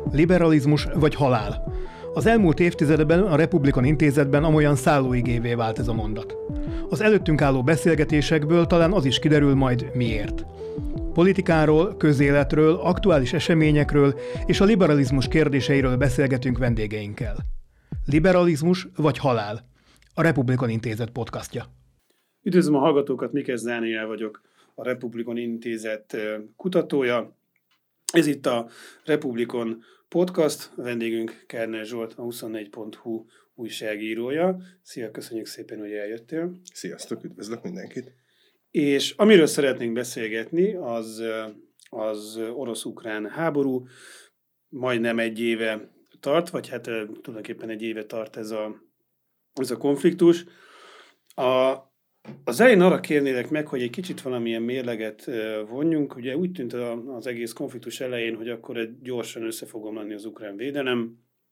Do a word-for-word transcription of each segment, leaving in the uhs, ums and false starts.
Liberalizmus vagy halál. Az elmúlt évtizedben a Republikon Intézetben amolyan szállóigévé vált ez a mondat. Az előttünk álló beszélgetésekből talán az is kiderül majd miért. Politikáról, közéletről, aktuális eseményekről és a liberalizmus kérdéseiről beszélgetünk vendégeinkkel. Liberalizmus vagy halál? A Republikon Intézet podcastja. Üdvözlöm a hallgatókat, Mikes Dániel vagyok, a Republikon Intézet kutatója. Ez itt a Republikon Podcast, a vendégünk Kerner Zsolt, a huszonnégy pont hu újságírója. Szia, köszönjük szépen, hogy eljöttél. Sziasztok, üdvözlök mindenkit. És amiről szeretnénk beszélgetni, az, az orosz-ukrán háború. Majdnem egy éve tart, vagy hát tulajdonképpen egy éve tart ez a, ez a konfliktus. A, az elején arra kérnélek meg, hogy egy kicsit valamilyen mérleget vonjunk. Ugye úgy tűnt az egész konfliktus elején, hogy akkor egy gyorsan össze fog omlani az ukrán védelem.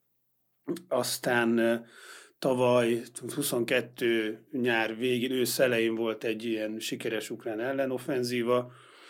Aztán tavaly huszonkettő nyár végén, ősz elején volt egy ilyen sikeres ukrán ellenoffenzíva.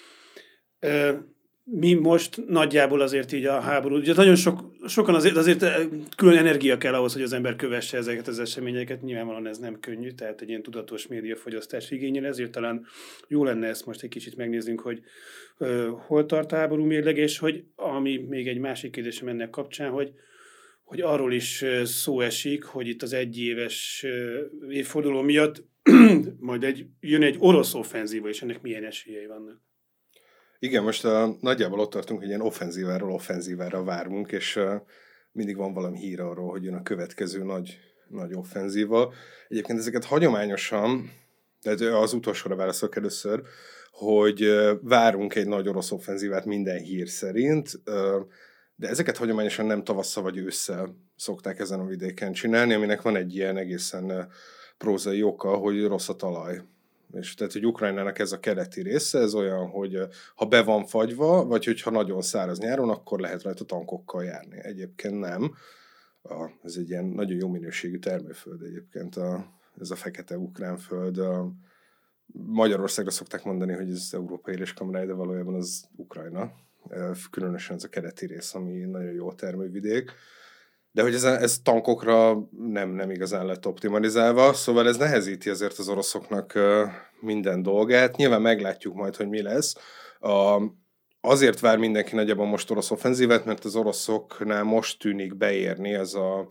Mi most nagyjából azért így a háború, ugye nagyon sok, sokan azért, azért külön energia kell ahhoz, hogy az ember kövesse ezeket az eseményeket, nyilvánvalóan ez nem könnyű, tehát egy ilyen tudatos médiafogyasztás igényel, ezért talán jó lenne ezt most egy kicsit megnéznünk, hogy uh, hol tart a háború mérleg, és hogy ami még egy másik kérdésem ennek kapcsán, hogy, hogy arról is szó esik, hogy itt az egyéves uh, évforduló miatt majd egy, jön egy orosz offenzíva, és ennek milyen esélyei vannak. Igen, most uh, nagyjából ott tartunk, hogy ilyen offenzíváról offenzívára várunk, és uh, mindig van valami hír arról, hogy jön a következő nagy, nagy offenzíva. Egyébként ezeket hagyományosan, tehát az utolsóra válaszolok először, hogy uh, várunk egy nagy orosz offenzívát minden hír szerint, uh, de ezeket hagyományosan nem tavasszal vagy ősszel szokták ezen a vidéken csinálni, aminek van egy ilyen egészen uh, prózai oka, hogy rossz a talaj. És tehát, hogy Ukrajnának ez a keleti része, ez olyan, hogy ha be van fagyva, vagy hogyha nagyon száraz nyáron, akkor lehet rajta tankokkal járni. Egyébként nem. A, ez egy ilyen nagyon jó minőségű termőföld egyébként, a, ez a fekete ukrán föld. A, Magyarországra szokták mondani, hogy ez európai éléskamarája, de valójában az Ukrajna. Különösen ez a keleti rész, ami nagyon jó termővidék. De hogy ez, ez tankokra nem, nem igazán lett optimalizálva, szóval ez nehezíti azért az oroszoknak minden dolgát. Nyilván meglátjuk majd, hogy mi lesz. A, azért vár mindenki nagyjából most orosz offenzívet, mert az oroszoknál most tűnik beérni az a,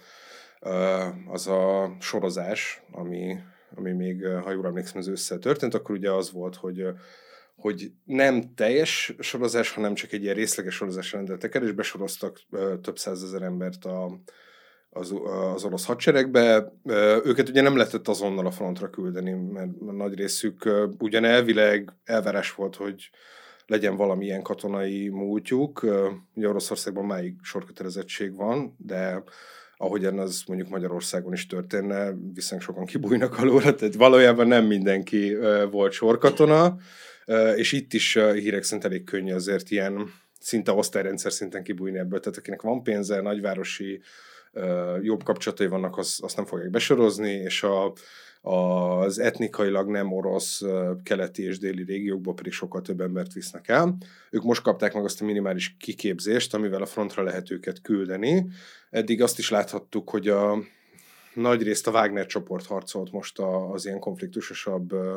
az a sorozás, ami, ami még, ha jól emlékszem, az ősszel történt, akkor ugye az volt, hogy hogy nem teljes sorozás, hanem csak egy ilyen részleges sorozás rendeltek el, és besoroztak ö, több százezer embert a, az, az orosz hadseregbe. Ö, őket ugye nem lehetett azonnal a frontra küldeni, mert nagy részük ö, ugyan elvileg elvárás volt, hogy legyen valamilyen katonai múltjuk. Ö, ugye Oroszországban máig sorkötelezettség van, de ahogyan az mondjuk Magyarországon is történne, viszonylag sokan kibújnak alóla, tehát valójában nem mindenki ö, volt sorkatona. Uh, és itt is uh, hírek szerint elég könnyű azért ilyen szinte osztályrendszer szinten kibújni ebből. Tehát akinek van pénze, nagyvárosi uh, jobb kapcsolatai vannak, az, azt nem fogják besorozni, és a, a, az etnikailag nem orosz uh, keleti és déli régiókból pedig sokkal több embert visznek el. Ők most kapták meg azt a minimális kiképzést, amivel a frontra lehet őket küldeni. Eddig azt is láthattuk, hogy a nagy részt a Wagner csoport harcolt most a, az ilyen konfliktusosabb uh,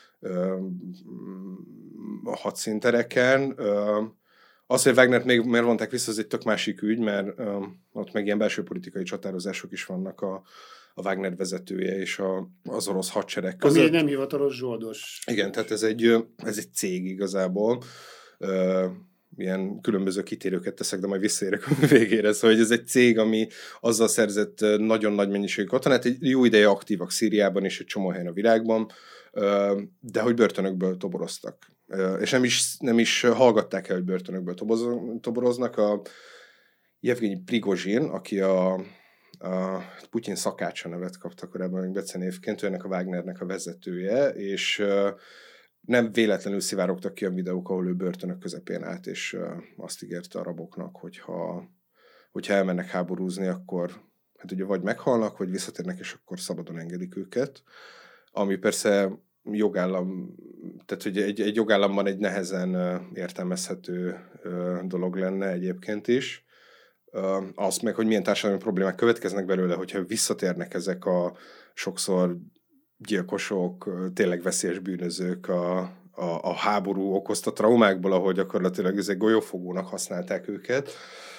a hadszíntereken. Az, hogy Wagnert még miért vonták vissza, az egy tök másik ügy, mert ott meg ilyen belső politikai csatározások is vannak a, a Wagner vezetője és a, az orosz hadsereg között. Ami egy nem hivatalos zsoldos. Igen, tehát ez egy, ez egy cég igazából. Ilyen különböző kitérőket teszek, de majd visszaérek a végére. Szóval ez egy cég, ami azzal szerzett nagyon nagy mennyiségű katonát, egy jó ideje aktívak Szíriában és egy csomó helyen a világban, de hogy börtönökből toboroztak. És nem is, nem is hallgatták el, hogy börtönökből toboroznak. A Jevgenyi Prigozsin, aki a, a Putyin szakácsa nevet kapta korábban, még becenévként, ő ennek a Wagnernek a vezetője, és nem véletlenül szivárogtak ki a videók, ahol ő börtönök közepén állt, és azt ígérte a raboknak, hogyha, hogyha elmennek háborúzni, akkor hát ugye vagy meghalnak, vagy visszatérnek, és akkor szabadon engedik őket. Ami persze jogállam, tehát hogy egy, egy jogállamban egy nehezen értelmezhető dolog lenne egyébként is. azt meg, hogy milyen társadalmi problémák következnek belőle, hogyha visszatérnek ezek a sokszor gyilkosok, tényleg veszélyes bűnözők a, a, a háború okozta traumákból, ahol gyakorlatilag ezek golyófogónak használták őket,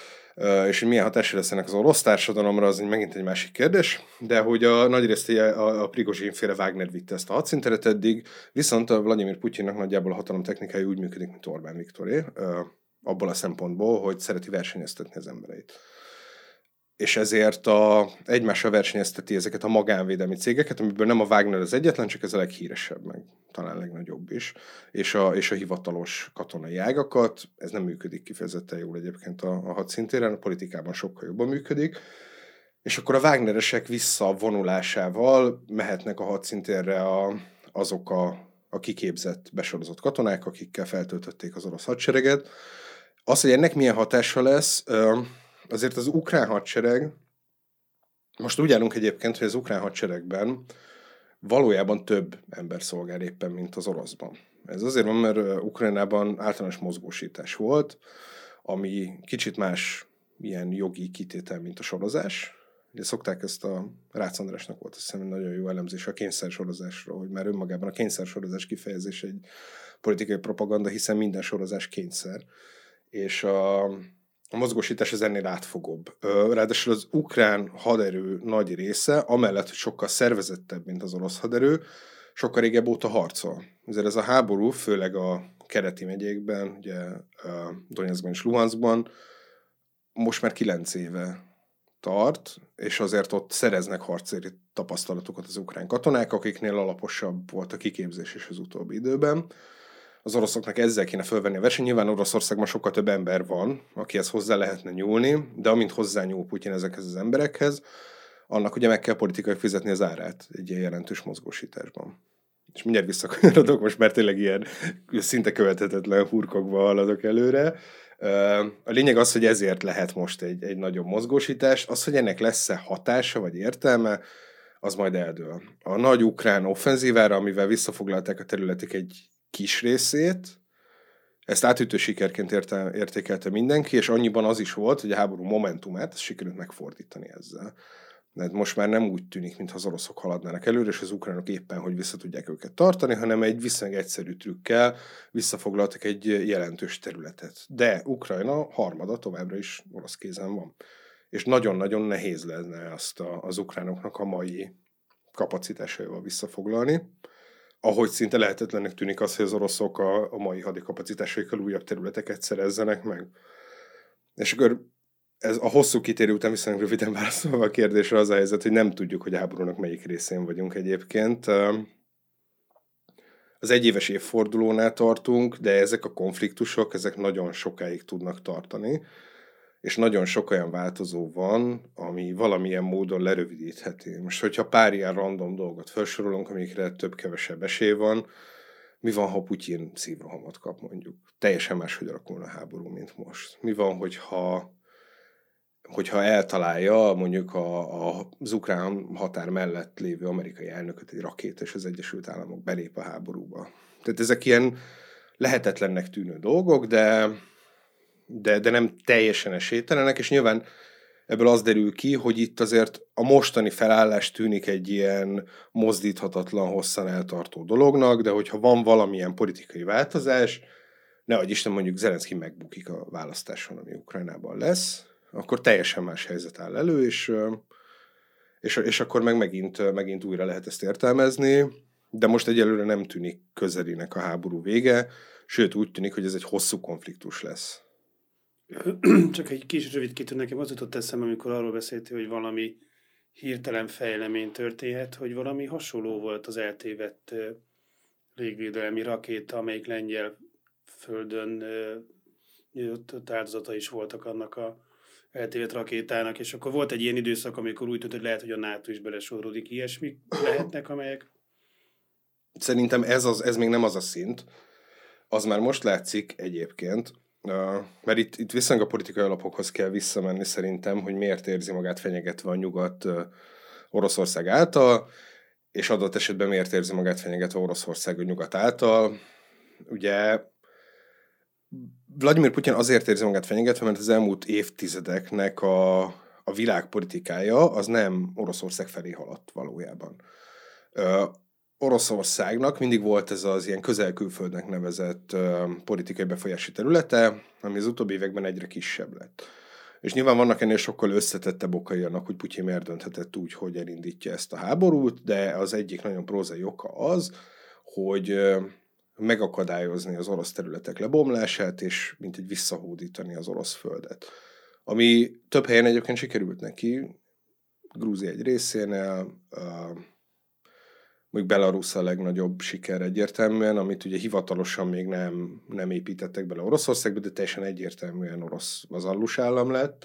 és hogy milyen hatása lesz ennek az orosz társadalomra, az megint egy másik kérdés, de hogy a nagyrészt a, a Prigozsin-féle Wagner vitte ezt a hadszínteret eddig, viszont a Vladimir Putyinnak nagyjából a hatalomtechnikája úgy működik, mint Orbán Viktoré, abból a szempontból, hogy szereti versenyeztetni az embereit. És ezért a, egymással versenyezteti ezeket a magánvédelmi cégeket, amiből nem a Wagner az egyetlen, csak ez a leghíresebb, meg talán legnagyobb is, és a, és a hivatalos katonai ágakat. Ez nem működik kifejezetten jól egyébként a, a hadszintéren, a politikában sokkal jobban működik. És akkor a Wagneresek visszavonulásával mehetnek a hadszintérre a, azok a, a kiképzett, besorozott katonák, akikkel feltöltötték az orosz hadsereget. Az, hogy ennek milyen hatása lesz, azért az ukrán hadsereg, most úgy állunk egyébként, hogy az ukrán hadseregben valójában több ember szolgál éppen, mint az oroszban. Ez azért van, mert Ukrajnában általános mozgósítás volt, ami kicsit más ilyen jogi kitétel, mint a sorozás. Ugye szokták ezt a Rácz Andrásnak volt, azt hiszem, egy nagyon jó elemzés a kényszersorozásról, hogy már önmagában a kényszersorozás kifejezés egy politikai propaganda, hiszen minden sorozás kényszer. És a, a mozgósítás az ennél átfogóbb. Ráadásul az ukrán haderő nagy része, amellett, hogy sokkal szervezettebb, mint az orosz haderő, sokkal régebb óta harcol. Ezért ez a háború, főleg a keleti megyékben, ugye Donetszkban és Luhanszkban, most már kilenc éve tart, és azért ott szereznek harcéri tapasztalatokat az ukrán katonák, akiknél alaposabb volt a kiképzés is az utóbbi időben. Az oroszoknak ezzel kéne fölvenni a verseny. Nyilván Oroszországban sokkal több ember van, akihez hozzá lehetne nyúlni, de amint hozzá nyúl Putyin ezekhez az emberekhez, annak ugye meg kell politikai fizetni az árát egy ilyen jelentős mozgósításban. És mindjárt visszakanyarodok, most már tényleg ilyen szinte követhetetlen hurkokba haladok előre. A lényeg az, hogy ezért lehet most egy, egy nagyobb mozgósítás. Az, hogy ennek lesz-e hatása vagy értelme, az majd eldől. A nagy ukrán offenzívára, amivel visszafoglalták a területek egy kis részét, ezt átütő sikerként érte, értékelte mindenki, és annyiban az is volt, hogy a háború momentumát sikerült megfordítani ezzel. De most már nem úgy tűnik, mintha az oroszok haladnának előre, és az ukránok éppen, hogy vissza tudják őket tartani, hanem egy viszonylag egyszerű trükkel visszafoglaltak egy jelentős területet. De Ukrajna harmada továbbra is orosz kézen van. És nagyon-nagyon nehéz lenne azt a, az ukránoknak a mai kapacitásaival visszafoglalni. Ahogy szinte lehetetlennek tűnik az, hogy az oroszok a, a mai hadikapacitásaikkal újabb területeket szerezzenek meg. És akkor ez a hosszú kitérő után viszonylag röviden válaszolva a kérdésre az a helyzet, hogy nem tudjuk, hogy a háborúnak melyik részén vagyunk egyébként. Az egyéves évfordulónál tartunk, de ezek a konfliktusok, ezek nagyon sokáig tudnak tartani, és nagyon sok olyan változó van, ami valamilyen módon lerövidítheti. Most, hogyha pár ilyen random dolgot felsorolunk, amikre több-kevesebb esély van, mi van, ha Putyin szívrohamot kap, mondjuk? Teljesen máshogy alakulna a háború, mint most. Mi van, hogyha, hogyha eltalálja mondjuk a, a, az ukrán határ mellett lévő amerikai elnököt egy rakéta, és az Egyesült Államok belép a háborúba? Tehát ezek ilyen lehetetlennek tűnő dolgok, de... De, de nem teljesen esélytelenek, és nyilván ebből az derül ki, hogy itt azért a mostani felállás tűnik egy ilyen mozdíthatatlan, hosszan eltartó dolognak, de hogyha van valamilyen politikai változás, nehogy Isten mondjuk Zelenszky megbukik a választáson, ami Ukrajnában lesz, akkor teljesen más helyzet áll elő, és, és, és akkor meg megint, megint újra lehet ezt értelmezni, de most egyelőre nem tűnik közelinek a háború vége, sőt úgy tűnik, hogy ez egy hosszú konfliktus lesz. Csak egy kis rövid kitűn, nekem az jutott eszembe, amikor arról beszéltél, hogy valami hirtelen fejlemény történhet, hogy valami hasonló volt az eltévedt légvédelmi rakéta, amelyik lengyel földön ott áldozata is voltak annak a eltévedt rakétának, és akkor volt egy ilyen időszak, amikor úgy tűnt, hogy lehet, hogy a NATO is belesodródik. Ilyesmi lehetnek, amelyek... Szerintem ez, az, ez még nem az a szint. Az már most látszik egyébként, Uh, mert itt, itt viszonylag a politikai alapokhoz kell visszamenni szerintem, hogy miért érzi magát fenyegetve a nyugat uh, Oroszország által, és adott esetben miért érzi magát fenyegetve Oroszország a nyugat által. Ugye Vladimir Putyin azért érzi magát fenyegetve, mert az elmúlt évtizedeknek a, a világpolitikája az nem Oroszország felé haladt valójában. Ö, Oroszországnak mindig volt ez az ilyen közel-külföldnek nevezett ö, politikai befolyási területe, ami az utóbbi években egyre kisebb lett. És nyilván vannak ennél sokkal összetettebb okai annak, hogy Putyin miért dönthetett úgy, hogy elindítja ezt a háborút, de az egyik nagyon prózai oka az, hogy ö, megakadályozni az orosz területek lebomlását, és mint egy visszahódítani az orosz földet. Ami több helyen egyébként sikerült neki, Grúzia egy részénél, uh, mondjuk Belarus a legnagyobb siker egyértelműen, amit ugye hivatalosan még nem, nem építettek bele Oroszországba, de teljesen egyértelműen orosz vazallus állam lett.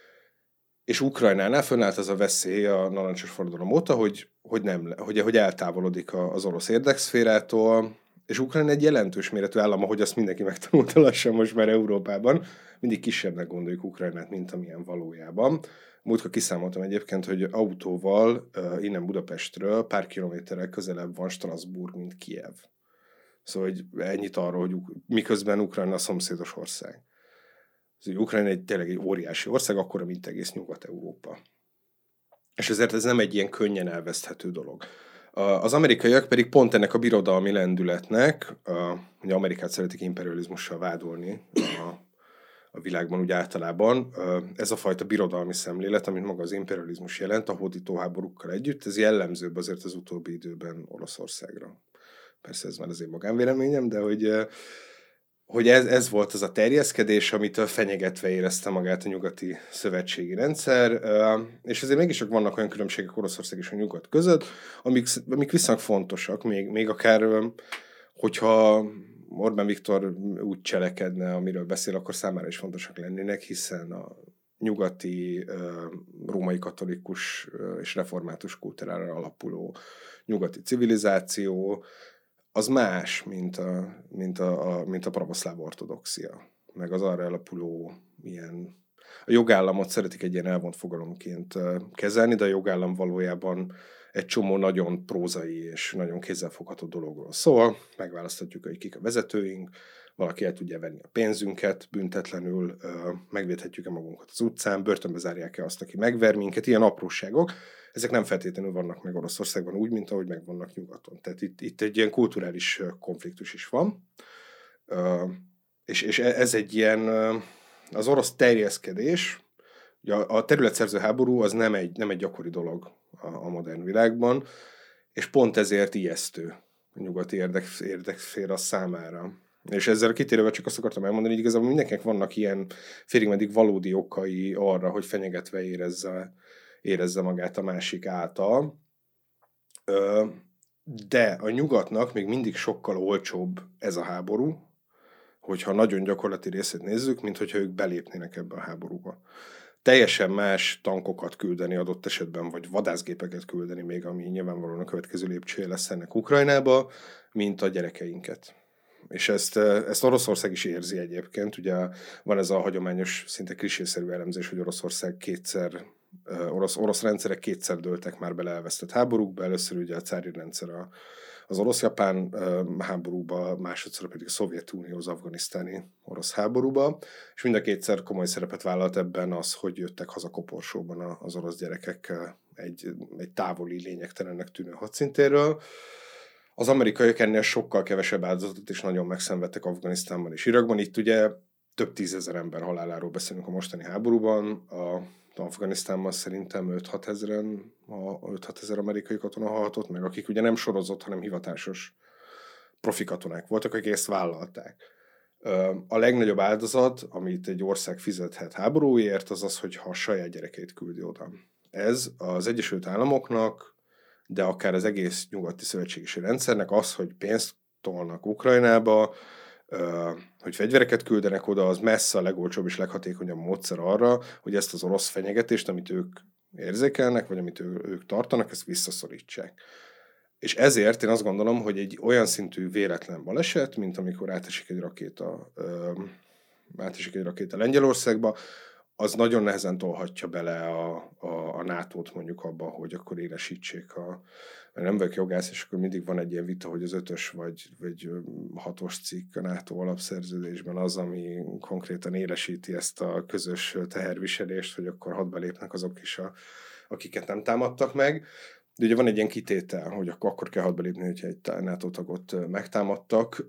És Ukrajnánál fönnállt az a veszély a narancsos forradalom óta, hogy, hogy, nem, hogy, hogy eltávolodik az orosz érdekszférától, és Ukrajna egy jelentős méretű állam, ahogy azt mindenki megtanulta lassan most már Európában, mindig kisebbnek gondoljuk Ukrajnát, mint amilyen valójában. Múltkor kiszámoltam egyébként, hogy autóval uh, innen Budapestről pár kilométerrel közelebb van Strasbourg, mint Kijev. Szóval hogy ennyit arról, hogy miközben Ukrajna a szomszédos ország. Szóval Ukrajna egy, tényleg egy óriási ország, akkora, mint egész Nyugat-Európa. És ezért ez nem egy ilyen könnyen elveszthető dolog. Az amerikaiak pedig pont ennek a birodalmi lendületnek, ugye Amerikát szeretik imperializmussal vádolni a, a világban úgy általában, ez a fajta birodalmi szemlélet, amit maga az imperializmus jelent, a hódítóháborúkkal együtt, ez jellemzőbb azért az utóbbi időben Oroszországra. Persze ez már az én magánvéleményem, de hogy, hogy ez, ez volt az a terjeszkedés, amitől fenyegetve érezte magát a nyugati szövetségi rendszer, és ezért mégis vannak olyan különbségek Oroszország és a nyugat között, amik, amik viszont fontosak, még, még akár, hogyha Orbán Viktor úgy cselekedne, amiről beszél, akkor számára is fontosak lennének, hiszen a nyugati, római katolikus és református kultúrára alapuló nyugati civilizáció, az más, mint a, mint a, a, mint a pravoszláv ortodoxia, meg az arra alapuló ilyen... A jogállamot szeretik egy ilyen elvont fogalomként kezelni, de a jogállam valójában egy csomó nagyon prózai és nagyon kézzelfogható dologról szól. Megválaszthatjuk, hogy kik a vezetőink, valaki el tudja venni a pénzünket büntetlenül, megvédhetjük-e magunkat az utcán, börtönbe zárják-e azt, aki megver minket, ilyen apróságok. Ezek nem feltétlenül vannak meg Oroszországban úgy, mint ahogy megvannak nyugaton. Tehát itt, itt egy ilyen kulturális konfliktus is van. És, és ez egy ilyen, az orosz terjeszkedés, a területszerző háború az nem egy, nem egy gyakori dolog a, a modern világban, és pont ezért ijesztő a nyugati érdek, érdekszféra számára. És ezzel a kitérővel csak azt akartam elmondani, hogy igazából mindenkinek vannak ilyen félig meddig valódi okai arra, hogy fenyegetve érezze, érezze magát a másik által. De a nyugatnak még mindig sokkal olcsóbb ez a háború, hogyha nagyon gyakorlati részét nézzük, mint hogyha ők belépnének ebbe a háborúba. Teljesen más tankokat küldeni adott esetben, vagy vadászgépeket küldeni még, ami nyilvánvalóan a következő lépcsője lesz ennek Ukrajnába, mint a gyerekeinket. És ezt, ezt Oroszország is érzi egyébként. Ugye van ez a hagyományos, szinte klisészerű elemzés, hogy Oroszország kétszer, orosz, orosz rendszerek kétszer dőltek már bele elvesztett háborúkba. Először ugye a cári rendszer a, az orosz-japán háborúba, másodszor pedig a Szovjetunió az afganisztáni orosz háborúba, és mind a kétszer komoly szerepet vállalt ebben az, hogy jöttek haza koporsóban az orosz gyerekek egy, egy távoli, lényegtelennek tűnő hadszintéről. Az amerikaiak ennél sokkal kevesebb áldozatot is nagyon megszenvedtek Afganisztánban és Irakban. Itt ugye több tízezer ember haláláról beszélünk a mostani háborúban. A Afganisztánban szerintem öt-hat ezeren, öt-hat ezer amerikai katona halhatott meg, akik ugye nem sorozott, hanem hivatásos profi katonák voltak, akik ezt vállalták. A legnagyobb áldozat, amit egy ország fizethet háborúért, az az, hogyha a saját gyerekeit küldi oda. Ez az Egyesült Államoknak, de akár az egész nyugati szövetségi rendszernek az, hogy pénzt tolnak Ukrajnába, hogy fegyvereket küldenek oda, az messze a legolcsóbb és leghatékonyabb módszer arra, hogy ezt az orosz fenyegetést, amit ők érzékelnek, vagy amit ők tartanak, ezt visszaszorítsák. És ezért én azt gondolom, hogy egy olyan szintű véletlen baleset, mint amikor átesik egy rakéta, átesik egy rakéta Lengyelországba, az nagyon nehezen tolhatja bele a, a, a nátót mondjuk abba, hogy akkor élesítsék a... Mert nem vagyok jogász, és akkor mindig van egy ilyen vita, hogy az ötös vagy, vagy hatos cikk a NATO alapszerződésben az, ami konkrétan élesíti ezt a közös teherviselést, hogy akkor hadba lépnek azok is, a, akiket nem támadtak meg. De ugye van egy ilyen kitétel, hogy akkor, akkor kell hadba lépni, hogyha egy NATO tagot megtámadtak.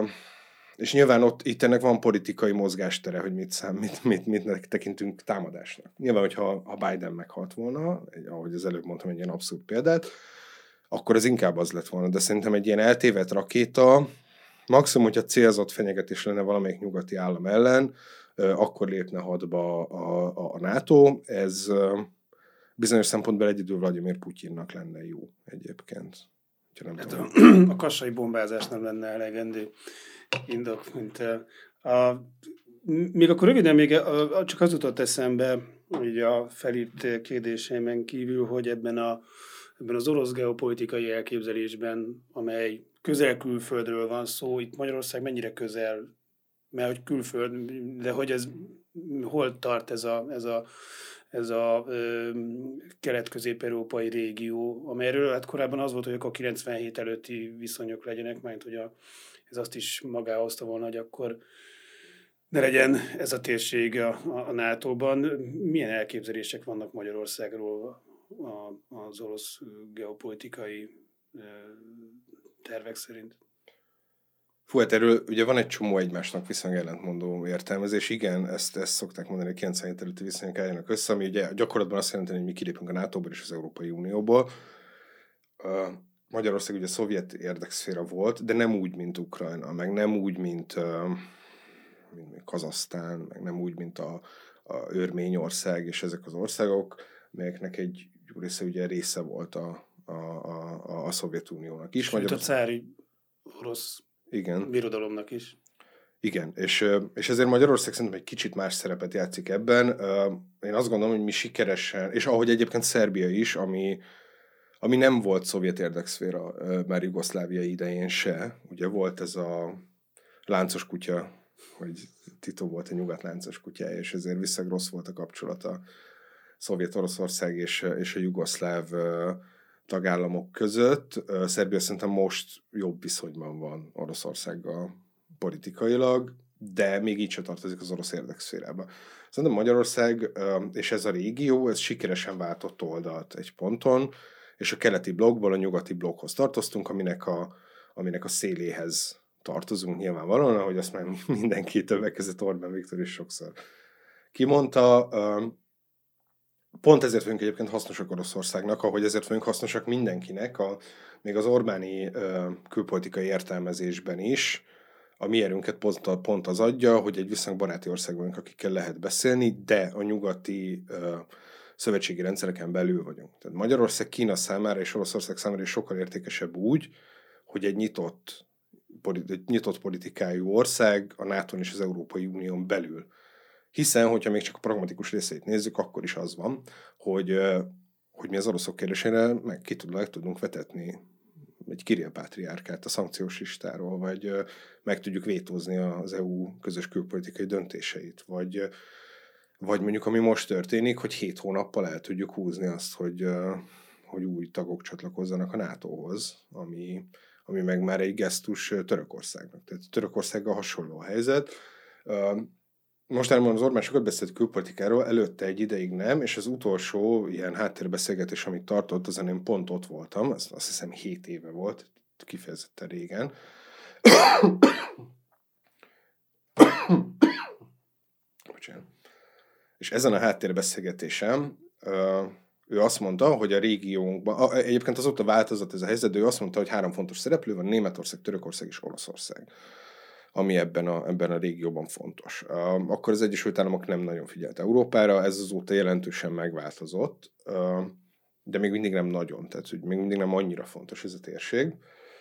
És nyilván ott itt ennek van politikai mozgástere, hogy mit, szám, mit, mit, mit tekintünk támadásnak. Nyilván, hogyha ha Biden meghalt volna, ahogy az előbb mondtam egy ilyen abszurd példát, akkor az inkább az lett volna. De szerintem egy ilyen eltévedt rakéta, maximum, hogyha célzott fenyegetés lenne valamelyik nyugati állam ellen, akkor lépne hadba a, a, a NATO. Ez bizonyos szempontból egyedül Vladimir Putyinnak lenne jó egyébként. Nem hát a, a kassai bombázás nem lenne elegendő indok, mint a, a, még akkor röviden még a, a, csak az jutott eszembe, így a felírt kérdésemen kívül, hogy ebben, a, ebben az orosz geopolitikai elképzelésben, amely közel külföldről van szó, itt Magyarország mennyire közel, mert hogy külföld, de hogy ez hol tart ez a, ez a ez a ö, kelet-közép-európai régió, amelyről hát korábban az volt, hogy akkor kilencvenhét előtti viszonyok legyenek, mert hogy a, ez azt is magához hozta volna, hogy akkor ne legyen ez a térség a, a nátóban. Milyen elképzelések vannak Magyarországról a, az orosz geopolitikai ö, tervek szerint? Fú, hát erről ugye van egy csomó egymásnak viszonylag ellentmondó értelmezés. Igen, ezt, ezt szokták mondani, hogy kilencvenhét előtti viszonyok álljanak össze, ami ugye gyakorlatban azt jelenti, hogy mi kilépünk a nátóból és az Európai Unióból. Uh, Magyarország ugye szovjet érdekszféra volt, de nem úgy, mint Ukrajna, meg nem úgy, mint, uh, mint Kazahsztán, meg nem úgy, mint a, a Örményország és ezek az országok, melyeknek egy része ugye része volt a, a, a, a, a Szovjetuniónak is. Sőt, a cári orosz igen. birodalomnak is. Igen, és, és ezért Magyarország szerintem egy kicsit más szerepet játszik ebben. Én azt gondolom, hogy mi sikeresen, és ahogy egyébként Szerbia is, ami, ami nem volt szovjet érdekszféra már Jugoszlávia idején se. Ugye volt ez a láncos kutya, hogy Tito volt a nyugat láncos kutyája, és ezért viszont rossz volt a kapcsolat a Szovjet-Oroszország és, és a jugoszláv tagállamok között. Szerbia szerintem most jobb viszonyban van Oroszországgal politikailag, de még így sem tartozik az orosz érdekszférába. Szerintem Magyarország és ez a régió, ez sikeresen váltott oldalt egy ponton, és a keleti blokkból a nyugati blokkhoz tartoztunk, aminek a, aminek a széléhez tartozunk nyilvánvalóan, ahogy azt már mindenki többek között Orbán Viktor is sokszor kimondta. Pont ezért vagyunk egyébként hasznosak Oroszországnak, ahogy ezért vagyunk hasznosak mindenkinek, a, még az Orbáni ö, külpolitikai értelmezésben is. A mi erőnket pont, pont az adja, hogy egy viszonylag baráti ország vagyunk, akikkel lehet beszélni, de a nyugati ö, szövetségi rendszereken belül vagyunk. Tehát Magyarország Kína számára és Oroszország számára is sokkal értékesebb úgy, hogy egy nyitott, egy nyitott politikájú ország a nátón és az Európai Unión belül. Hiszen, hogyha még csak a pragmatikus részeit nézzük, akkor is az van, hogy, hogy mi az oroszok kérdésére meg, ki tud, meg tudunk vetetni egy Kirill pátriárkát a szankciós listáról, vagy meg tudjuk vétózni az é u közös külpolitikai döntéseit, vagy, vagy mondjuk ami most történik, hogy hét hónappal el tudjuk húzni azt, hogy, hogy új tagok csatlakozzanak a nátóhoz, ami, ami meg már egy gesztus Törökországnak. Tehát Törökországgal hasonló a helyzet. Mostanában az Orbán sokat beszélt külpolitikáról, előtte egy ideig nem, és az utolsó ilyen háttérbeszélgetés, amit tartott, azon én pont ott voltam, azt, azt hiszem hét éve volt, kifejezetten régen. Bocsánat. És ezen a háttérbeszélgetésem ő azt mondta, hogy a régiónkban, egyébként azóta változott ez a helyzet, de ő azt mondta, hogy három fontos szereplő van, Németország, Törökország és Olaszország, ami ebben a, ebben a régióban fontos. Akkor az Egyesült Államok nem nagyon figyelt Európára, ez azóta jelentősen megváltozott, de még mindig nem nagyon, tehát hogy még mindig nem annyira fontos ez a térség.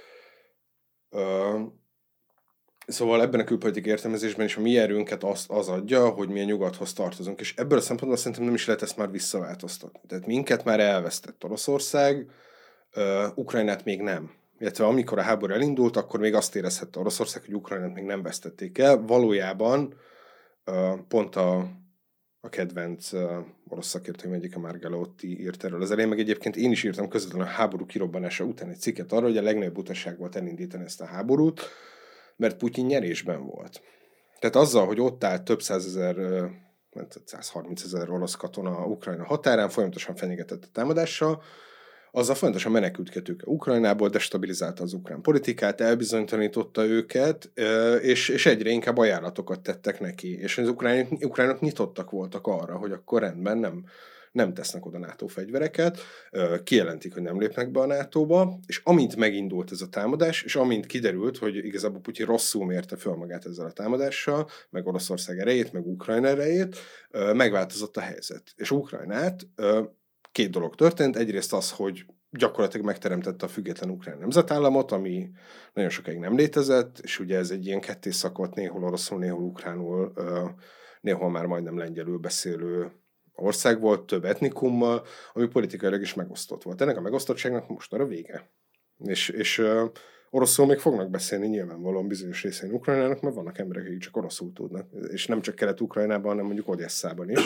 Szóval ebben a külpolitikai értelmezésben is a mi erőnket az, az adja, hogy mi a nyugathoz tartozunk, és ebből a szempontból szerintem nem is lehet ezt már visszaváltoztatni. Tehát minket már elvesztett Oroszország, Ukrajnát még nem. Illetve amikor a háború elindult, akkor még azt érezhette Oroszország, hogy Ukrajnát még nem vesztették el. Valójában pont a, a kedvenc uh, orosz szakértőim egyik, a Margalotti írt erről az elején, meg egyébként én is írtam közvetlenül a háború kirobbanása után egy cikket arra, hogy a legnagyobb butaság volt elindítani ezt a háborút, mert Putyin nyerésben volt. Tehát azzal, hogy ott állt több százezer, százharmincezer orosz katona Ukrajna határán, folyamatosan fenyegetett a támadással, azzal folyamatosan menekült ők Ukrajnából, destabilizálta az ukrán politikát, elbizonytalanította őket, és, és egyre inkább ajánlatokat tettek neki. És az ukránok, ukránok nyitottak voltak arra, hogy akkor rendben nem, nem tesznek oda NATO fegyvereket, kijelentik, hogy nem lépnek be a nátóba, és amint megindult ez a támadás, és amint kiderült, hogy igazából Putyin rosszul mérte föl magát ezzel a támadással, meg Oroszország erejét, meg Ukrajna erejét, megváltozott a helyzet. És Ukrajnát két dolog történt. Egyrészt az, hogy gyakorlatilag megteremtette a független ukrán nemzetállamot, ami nagyon sokáig nem létezett, és ugye ez egy ilyen ketté szakadt, néhol oroszul, néhol ukránul, néhol már majdnem lengyelül beszélő ország volt, több etnikummal, ami politikailag is megosztott volt. Ennek a megosztottságnak most arra vége. És, és oroszul még fognak beszélni nyilvánvalóan bizonyos részein Ukrajnának, mert vannak emberek, akik csak oroszul tudnak. És nem csak Kelet-Ukrajnában, hanem mondjuk Odesszában is.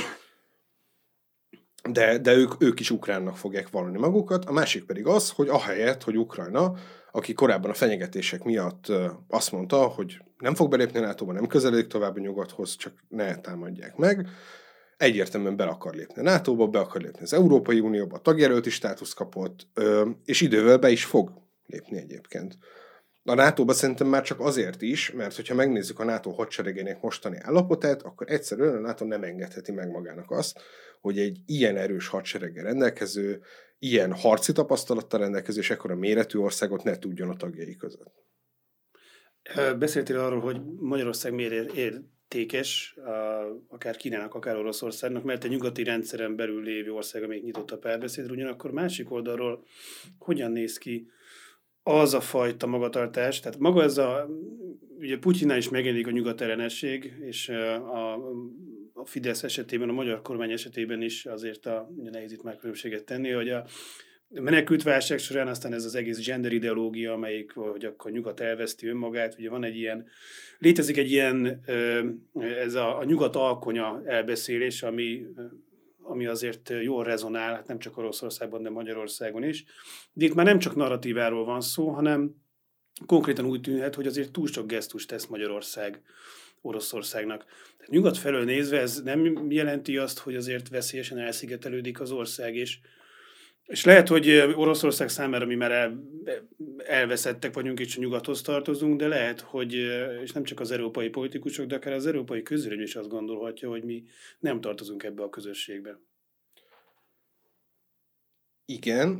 De, de ők, ők is ukránnak fogják vallani magukat. A másik pedig az, hogy ahelyett, hogy Ukrajna, aki korábban a fenyegetések miatt azt mondta, hogy nem fog belépni a nátóba, nem közeledik tovább a nyugathoz, csak ne támadják meg, egyértelműen be akar lépni a nátóba, be akar lépni az Európai Unióba, a tagjelölti státusz kapott, és idővel be is fog lépni egyébként. A nátóba szerintem már csak azért is, mert hogyha megnézzük a NATO hadseregének mostani állapotát, akkor egyszerűen a NATO nem engedheti meg magának azt, hogy egy ilyen erős hadsereggel rendelkező, ilyen harci tapasztalattal rendelkező és ekkora méretű országot ne tudjon a tagjai között. Beszéltél arról, hogy Magyarország miért értékes, akár Kínának, akár Oroszországnak, mert egy nyugati rendszeren belül lévő ország, amelyik nyitott a párbeszédre, ugyanakkor másik oldalról hogyan néz ki az a fajta magatartás, tehát maga ez a, ugye Putyinnál is megjelenik a nyugat ellenesség, és a, a Fidesz esetében, a magyar kormány esetében is azért a, nehéz itt már különbséget tenni, hogy a menekültválság során aztán ez az egész gender ideológia, amelyik, hogy akkor nyugat elveszti önmagát, ugye van egy ilyen, létezik egy ilyen, ez a, a nyugat alkonya elbeszélés, ami ami azért jól rezonál, nem csak Oroszországban, de Magyarországon is. De itt már nem csak narratíváról van szó, hanem konkrétan úgy tűnhet, hogy azért túl sok gesztust tesz Magyarország Oroszországnak. Tehát nyugat felől nézve ez nem jelenti azt, hogy azért veszélyesen elszigetelődik az ország, és, és lehet, hogy Oroszország számára mi már el, elveszettek vagyunk, és a nyugathoz tartozunk, de lehet, hogy, és nem csak az európai politikusok, de akár az európai közvélemény is azt gondolhatja, hogy mi nem tartozunk ebbe a közösségbe. Igen.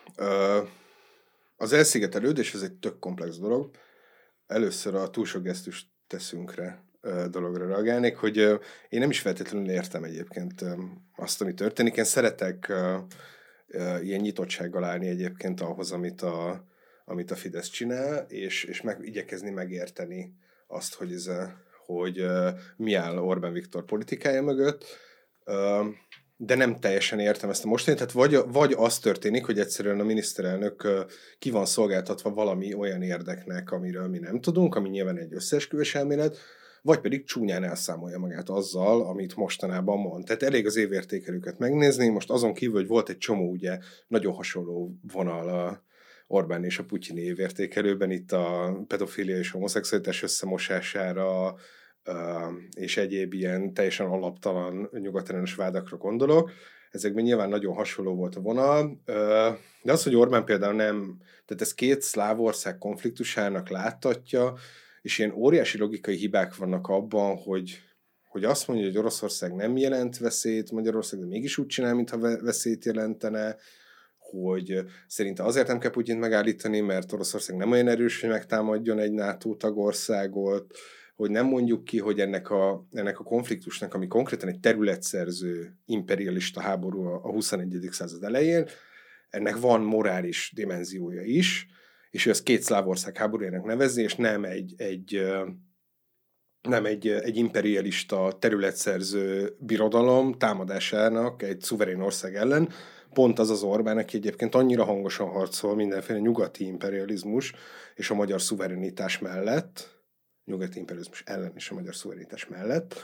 Az elszigetelődés, ez egy tök komplex dolog. Először a túl sok gesztust teszünkre dologra reagálnék, hogy én nem is feltétlenül értem egyébként azt, ami történik. Én szeretek ilyen nyitottsággal állni egyébként ahhoz, amit a, amit a Fidesz csinál, és, és meg, igyekezni megérteni azt, hogy, ez a, hogy uh, mi áll Orbán Viktor politikája mögött, uh, de nem teljesen értem ezt a mostani. Tehát vagy, vagy az történik, hogy egyszerűen a miniszterelnök uh, ki van szolgáltatva valami olyan érdeknek, amiről mi nem tudunk, ami nyilván egy összeesküvés elmélet, vagy pedig csúnyán elszámolja magát azzal, amit mostanában mond. Tehát elég az évértékelőket megnézni, most azon kívül, hogy volt egy csomó ugye nagyon hasonló vonal a Orbán és a Putyin évértékelőben, itt a pedofília és homoszexualitás összemosására és egyéb ilyen teljesen alaptalan nyugatellenes vádakra gondolok. Ezekben nyilván nagyon hasonló volt a vonal, de az, hogy Orbán például nem, tehát ez két szláv ország konfliktusának láttatja, és ilyen óriási logikai hibák vannak abban, hogy, hogy azt mondja, hogy Oroszország nem jelent veszélyt, Magyarország de mégis úgy csinál, mintha veszélyt jelentene, hogy szerinte azért nem kell Putyint megállítani, mert Oroszország nem olyan erős, hogy megtámadjon egy NATO tagországot, hogy nem mondjuk ki, hogy ennek a, ennek a konfliktusnak, ami konkrétan egy területszerző imperialista háború a huszonegyedik század elején, ennek van morális dimenziója is, és ő ezt két szláv ország háborújának nevezi, és nem egy, egy, nem egy, egy imperialista területszerző birodalom támadásának egy szuverén ország ellen. Pont az az Orbán, aki egyébként annyira hangosan harcol mindenféle nyugati imperializmus és a magyar szuverenitás mellett, nyugati imperializmus ellen és a magyar szuverenitás mellett,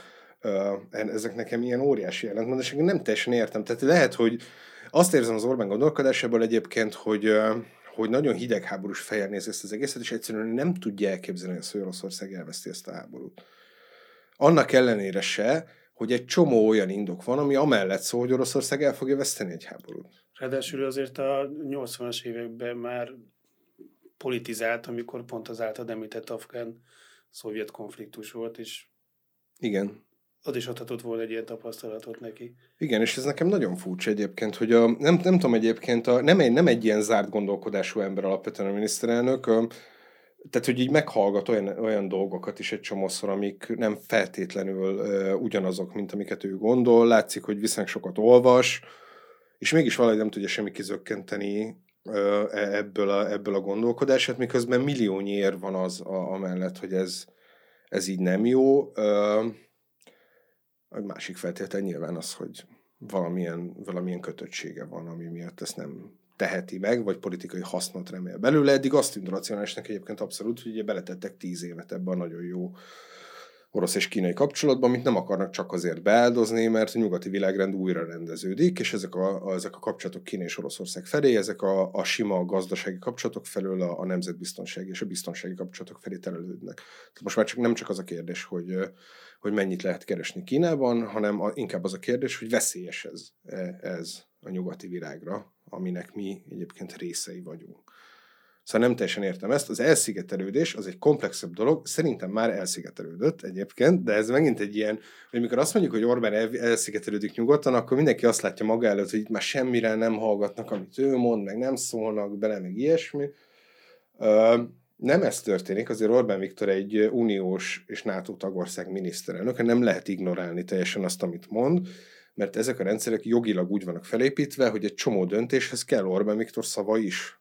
Ezek nekem ilyen óriási ellentmondások, nem teljesen értem. Tehát lehet, hogy azt érzem az Orbán gondolkodásából egyébként, hogy, hogy nagyon hidegháborús fejjel néz ezt az egészet, és egyszerűen nem tudja elképzelni, hogy Oroszország elveszti ezt a háborút. Annak ellenére se, hogy egy csomó olyan indok van, ami amellett szól, hogy Oroszország el fogja veszteni egy háborút. Ráadásul azért a nyolcvanas években már politizált, amikor pont az általad említett afgán-szovjet konfliktus volt, és igen. Ott is adhatott volna egy ilyen tapasztalatot neki. Igen, és ez nekem nagyon furcsa egyébként, hogy a, nem, nem tudom egyébként, a, nem, egy, nem egy ilyen zárt gondolkodású ember alapvetően a miniszterelnök, a, tehát hogy így meghallgat olyan, olyan dolgokat is egy csomószor, amik nem feltétlenül uh, ugyanazok, mint amiket ő gondol, látszik, hogy viszonylag sokat olvas, és mégis valahogy nem tudja semmi kizökkenteni uh, ebből, a, ebből a gondolkodását, miközben milliónyi ér van az a, amellett, hogy ez, ez így nem jó. Uh, A másik feltétel nyilván az, hogy valamilyen, valamilyen kötöttsége van, ami miatt ezt nem teheti meg, vagy politikai hasznot remél belőle. Eddig azt tűnt racionálisnak egyébként abszolút, hogy ugye beletettek tíz évet ebbe a nagyon jó orosz és kínai kapcsolatban, amit nem akarnak csak azért beáldozni, mert a nyugati világrend újra rendeződik, és ezek a, a, ezek a kapcsolatok Kína és Oroszország felé, ezek a, a sima gazdasági kapcsolatok felől a, a nemzetbiztonsági és a biztonsági kapcsolatok felé terelődnek. Tehát most már csak nem csak az a kérdés, hogy, hogy mennyit lehet keresni Kínában, hanem a, inkább az a kérdés, hogy veszélyes ez, ez a nyugati világra, aminek mi egyébként részei vagyunk. Szóval nem teljesen értem ezt. Az elszigetelődés az egy komplexebb dolog. Szerintem már elszigetelődött egyébként, de ez megint egy ilyen, hogy mikor azt mondjuk, hogy Orbán elszigetelődik nyugodtan, akkor mindenki azt látja maga előtt, hogy itt már semmire nem hallgatnak, amit ő mond, meg nem szólnak bele, meg ilyesmi. Nem ez történik, azért Orbán Viktor egy uniós és NATO tagország miniszterelnök, nem lehet ignorálni teljesen azt, amit mond, mert ezek a rendszerek jogilag úgy vannak felépítve, hogy egy csomó döntéshez kell Orbán Viktor szava is.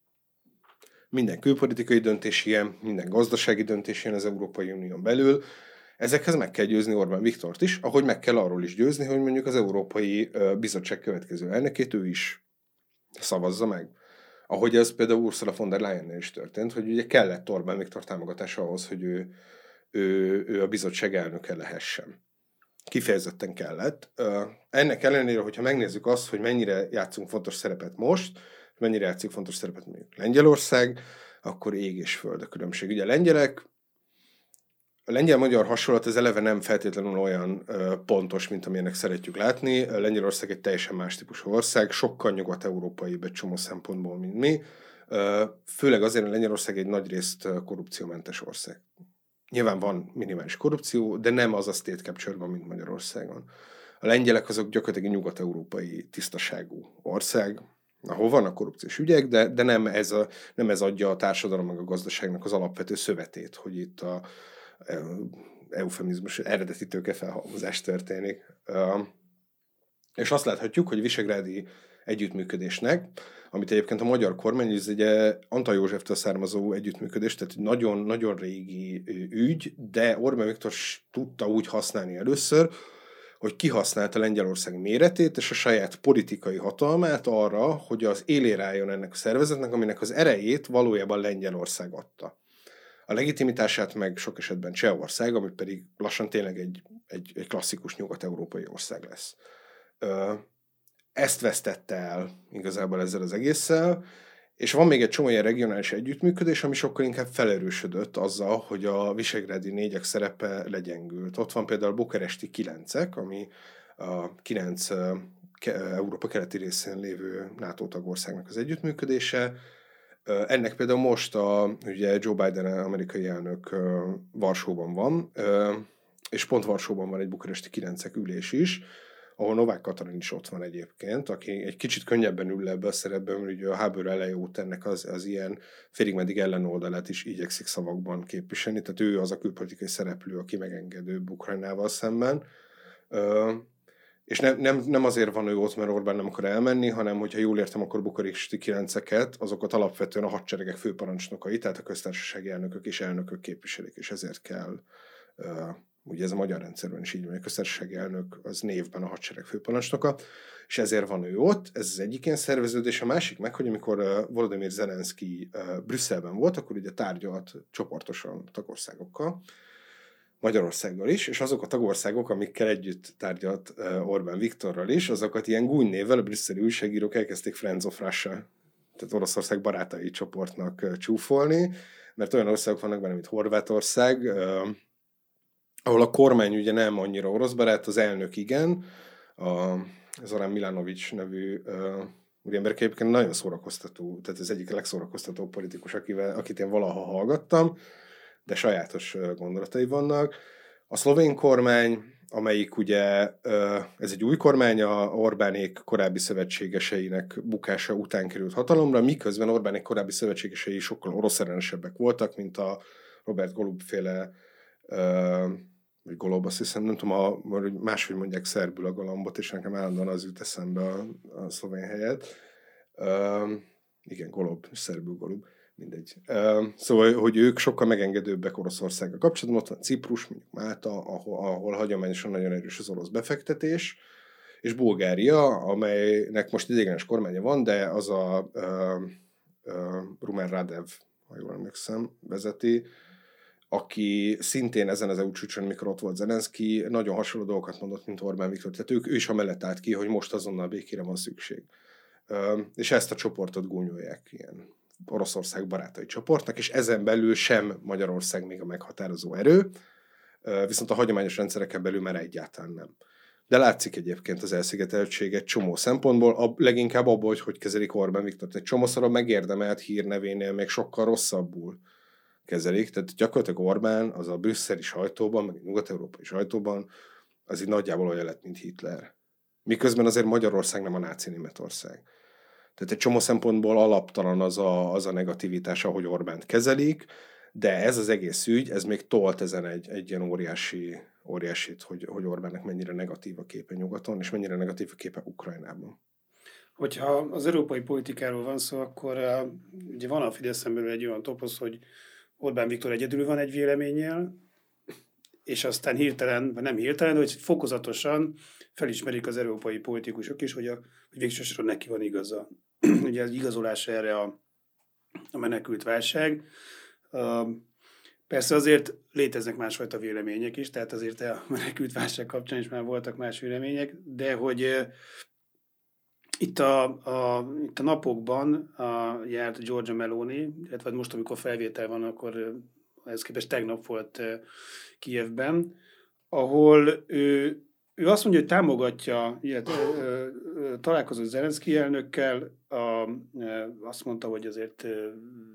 Minden külpolitikai döntés ilyen, minden gazdasági döntés ilyen az Európai Unión belül. Ezekhez meg kell győzni Orbán Viktort is, ahogy meg kell arról is győzni, hogy mondjuk az Európai Bizottság következő elnökét ő is szavazza meg. Ahogy ez például Ursula von der Leyennél is történt, hogy ugye kellett Orbán Viktor támogatása ahhoz, hogy ő, ő, ő a bizottság elnöke lehessen. Kifejezetten kellett. Ennek ellenére, hogyha megnézzük azt, hogy mennyire játszunk fontos szerepet most, mennyire játszik fontos szerepet mondjuk Lengyelország, akkor ég és föld a különbség. Ugye a lengyelek, a lengyel-magyar hasonlat az eleve nem feltétlenül olyan ö, pontos, mint amilyenek szeretjük látni. A Lengyelország egy teljesen más típusú ország, sokkal nyugat-európai egy csomó szempontból, mint mi. Ö, főleg azért, hogy Lengyelország egy nagyrészt korrupciómentes ország. Nyilván van minimális korrupció, de nem az a state capture-ban, mint Magyarországon. A lengyelek azok gyakorlatilag nyugat-európai tisztaságú ország, ahol vannak korrupciós ügyek, de, de nem, ez a, nem ez adja a társadalom meg a gazdaságnak az alapvető szövetét, hogy itt a eufemizmus eredeti tőkefelhalmozás történik. És azt láthatjuk, hogy a visegrádi együttműködésnek, amit egyébként a magyar kormány, ez egy Antal Józseftől származó együttműködés, tehát nagyon-nagyon régi ügy, de Orbán Viktor tudta úgy használni először, hogy kihasználta Lengyelország méretét és a saját politikai hatalmát arra, hogy az élére álljon ennek a szervezetnek, aminek az erejét valójában Lengyelország adta. A legitimitását meg sok esetben Csehország, ami pedig lassan tényleg egy, egy, egy klasszikus nyugat-európai ország lesz. Ezt vesztette el igazából ezzel az egésszel, és van még egy csomó ilyen regionális együttműködés, ami sokkal inkább felerősödött azzal, hogy a visegrádi négyek szerepe legyengült. Ott van például a bukaresti kilencek, ami a kilenc Európa keleti részén lévő NATO tagországnak az együttműködése. Ennek például most a, ugye Joe Biden amerikai elnök Varsóban van, és pont Varsóban van egy bukaresti kilencek ülés is, ahol Novák Katalin is ott van egyébként, aki egy kicsit könnyebben ül le ebbe a szerepben, mert ugye a háború eleje óta ennek az, az ilyen félig meddig ellenoldalát is igyekszik szavakban képviselni, tehát ő az a külpolitikai szereplő, aki megengedőbb Ukrajnával szemben. És nem, nem, nem azért van ő ott, mert Orbán nem akar elmenni, hanem hogyha jól értem, akkor bukaresti kilenceket, azokat alapvetően a hadseregek főparancsnokai, tehát a köztársasági elnökök és elnökök képviselik, és ezért kell, uh, ugye ez a magyar rendszerben is így van, a köztársasági elnök az névben a hadsereg főparancsnoka, és ezért van ő ott, ez az egyik ilyen szerveződés, a másik meg, hogy amikor uh, Volodymyr Zelenszky uh, Brüsszelben volt, akkor ugye tárgyalt csoportosan tagországokkal. Magyarországgal is, és azok a tagországok, amikkel együtt tárgyalt Orbán Viktorral is, azokat ilyen gúnynévvel a brüsszeli újságírók elkezdték Friends of Russia, tehát Oroszország barátai csoportnak csúfolni, mert olyan országok vannak benne, mint Horvátország, ahol a kormány ugye nem annyira orosz barát, az elnök igen, a Zoran Milanović nevű úriember egyébként nagyon szórakoztató, tehát ez egyik legszórakoztatóbb politikus, akivel, akit én valaha hallgattam, de sajátos gondolatai vannak. A szlovén kormány, amelyik ugye, ez egy új kormány, a Orbánék korábbi szövetségeseinek bukása után került hatalomra, miközben Orbánék korábbi szövetségesei sokkal orosz ellenesebbek voltak, mint a Robert Golub féle, vagy Golob, azt hiszem, nem tudom, a, máshogy mondják szerbül a galambot, és nekem állandóan az jut eszembe a, a szlovén helyet. Igen, Golob, szerbül Golub. Mindegy. Uh, szóval, hogy ők sokkal megengedőbbek Oroszországgal kapcsolatban, ott van Ciprus, mondjuk Málta, ahol, ahol hagyományosan nagyon erős az orosz befektetés, és Bulgária, amelynek most idéglenes kormánya van, de az a uh, uh, Rumen Radev, ha jól emlékszem, vezeti, aki szintén ezen az é u csúcson, mikor ott volt Zelenszky, nagyon hasonló dolgokat mondott, mint Orbán Viktor. Tehát ők, ő is amellett állt ki, hogy most azonnal békére van szükség. Uh, és ezt a csoportot gúnyolják ilyen Oroszország barátai csoportnak, és ezen belül sem Magyarország még a meghatározó erő, viszont a hagyományos rendszereken belül már egyáltalán nem. De látszik egyébként az elszigeteltség egy csomó szempontból, a, leginkább abból, hogy hogy kezelik Orbán Viktort. Egy csomószor a megérdemelt hírnevénél még sokkal rosszabbul kezelik, tehát gyakorlatilag Orbán az a brüsszeli sajtóban, meg a nyugat-európai sajtóban az így nagyjából olyan lett, mint Hitler. Miközben azért Magyarország nem a náci Németország. Tehát egy csomó szempontból alaptalan az a, az a negativitás, ahogy Orbánt kezelik, de ez az egész ügy, ez még tolt ezen egy, egy ilyen óriási, óriásit, hogy, hogy Orbánnak mennyire negatív a képe nyugaton, és mennyire negatív a képe Ukrajnában. Hogyha az európai politikáról van szó, akkor uh, ugye van a Fideszen belül egy olyan toposz, hogy Orbán Viktor egyedül van egy véleménnyel, és aztán hirtelen, vagy nem hirtelen, hogy fokozatosan felismerik az európai politikusok is, hogy, a, hogy végsősorban neki van igaza. Ugye az igazolás erre a, a menekült válság. Uh, persze azért léteznek másfajta vélemények is, tehát azért a menekült válság kapcsán is már voltak más vélemények, de hogy uh, itt, a, a, itt a napokban a, járt Giorgia Meloni, illetve most, amikor felvétel van, akkor uh, ehhez képest tegnap volt uh, Kijevben, ahol ő Ő azt mondja, hogy támogatja, illetve ö, ö, találkozott Zelenszky elnökkel, a, ö, azt mondta, hogy azért ö,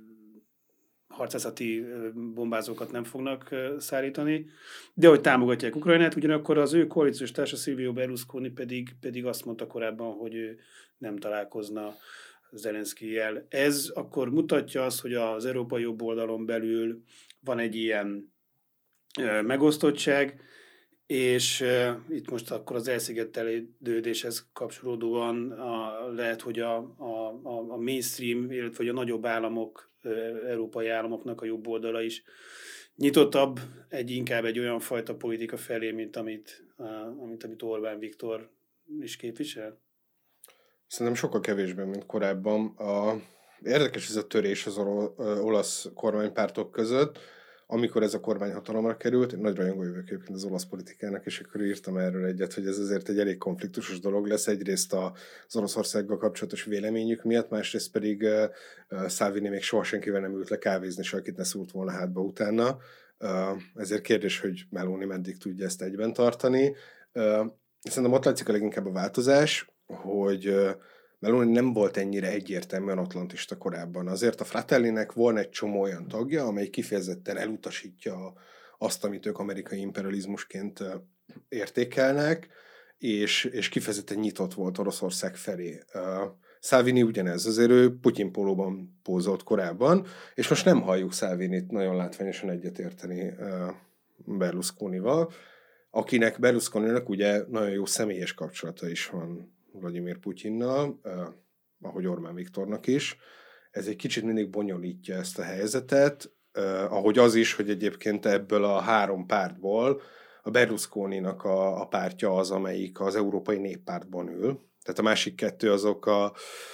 harcászati bombázókat nem fognak ö, szállítani, de hogy támogatják Ukrajnát, ugyanakkor az ő koalíciós társa Silvio Berlusconi pedig, pedig azt mondta korábban, hogy ő nem találkozna Zelenszkyjel. Ez akkor mutatja azt, hogy az európai jobb oldalon belül van egy ilyen ö, megosztottság, és uh, itt most akkor az elszigetelődéshez kapcsolódóan a, lehet, hogy a, a, a mainstream, illetve a nagyobb államok, uh, európai államoknak a jobb oldala is nyitottabb egy inkább egy olyan fajta politika felé, mint amit, uh, amit, amit Orbán Viktor is képvisel? Szerintem sokkal kevésbé, mint korábban. A, érdekes ez a törés az olasz kormánypártok között. Amikor ez a kormány hatalomra került, én nagy rajongó jövök egyébként az olasz politikának, és akkor írtam erről egyet, hogy ez azért egy elég konfliktusos dolog lesz. Egyrészt az Oroszországgal kapcsolatos véleményük miatt, másrészt pedig uh, uh, Salvini még soha senkivel nem ült le kávézni, se akit ne szúrt volna hátba utána. Uh, ezért kérdés, hogy Meloni meddig tudja ezt egyben tartani. Uh, szerintem ott látszik a leginkább a változás, hogy uh, Meloni nem volt ennyire egyértelműen atlantista korábban. Azért a Fratellinek van egy csomó olyan tagja, amely kifejezetten elutasítja azt, amit ők amerikai imperializmusként értékelnek, és, és kifejezetten nyitott volt Oroszország felé. Uh, Salvini ugyanez, azért ő Putyin pólóban pózolt korábban, és most nem halljuk Salvinit nagyon látványosan egyetérteni uh, Berlusconival, akinek Berlusconinak ugye nagyon jó személyes kapcsolata is van Vladimir Putyinnal, eh, ahogy Orbán Viktornak is. Ez egy kicsit mindig bonyolítja ezt a helyzetet, eh, ahogy az is, hogy egyébként ebből a három pártból a Berlusconinak a, a pártja az, amelyik az Európai Néppártban ül. Tehát a másik kettő azok a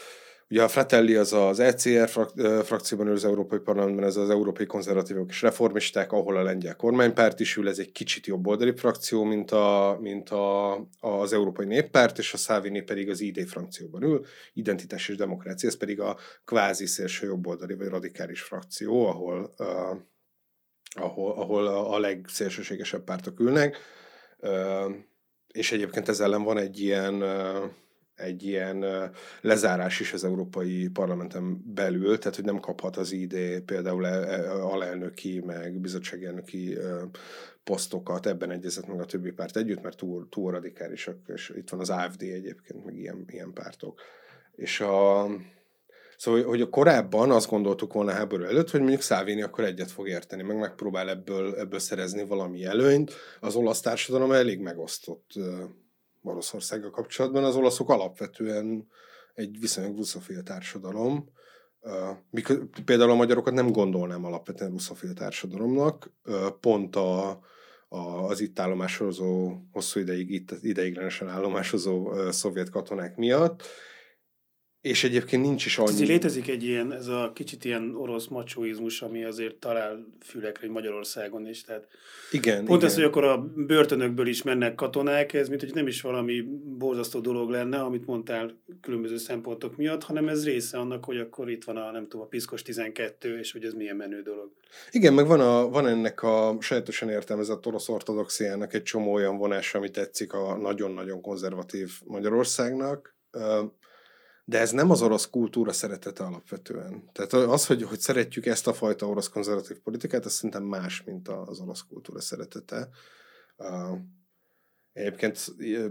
Ugye a Fratelli az az é cé er frak, frakcióban ül az Európai Parlamentben, ez az Európai Konzervatívok és Reformisták, ahol a lengyel kormánypárt is ül, ez egy kicsit jobb oldali frakció, mint, a, mint a, az Európai Néppárt, és a Salvini pedig az i dé frakcióban ül, Identitás és Demokrácia, ez pedig a kvázi szélső jobboldali vagy radikális frakció, ahol, uh, ahol, ahol a, a legszélsőségesebb pártok ülnek, uh, és egyébként ezzel ellen van egy ilyen... Uh, egy ilyen lezárás is az Európai Parlamenten belül, tehát hogy nem kaphat az i dé például alelnöki, meg bizottsági elnöki posztokat, ebben egyezett meg a többi párt együtt, mert túl, túl radikálisak, és itt van az á ef dé egyébként, meg ilyen, ilyen pártok. És a... Szóval, hogy korábban azt gondoltuk volna háború előtt, hogy mondjuk Salvini akkor egyet fog érteni, meg megpróbál ebből, ebből szerezni valami előnyt. Az olasz társadalom elég megosztott Oroszországgal kapcsolatban. Az olaszok alapvetően egy viszonylag russzofil társadalom. Uh, például a magyarokat nem gondolnám alapvetően russzofil társadalomnak. Uh, pont a, a, az itt állomásozó, hosszú ideig itt ideiglenesen állomásozó uh, szovjet katonák miatt. És egyébként nincs is annyi... Azért létezik egy ilyen, ez a kicsit ilyen orosz macsóizmus, ami azért talál fülekre Magyarországon is. Tehát igen, pont igen. ez, hogy akkor a börtönökből is mennek katonák, ez mint hogy nem is valami borzasztó dolog lenne, amit mondtál különböző szempontok miatt, hanem ez része annak, hogy akkor itt van a, nem tudom, a piszkos tizenkettő, és hogy ez milyen menő dolog. Igen, meg van, a, van ennek a sajátosan értelmezett orosz ortodoxiának egy csomó olyan vonása, ami tetszik a nagyon-nagyon konzervatív Magyarországnak. De ez nem az orosz kultúra szeretete alapvetően. Tehát az, hogy, hogy szeretjük ezt a fajta orosz konzervatív politikát, ez szerintem más, mint az orosz kultúra szeretete. Uh, egyébként,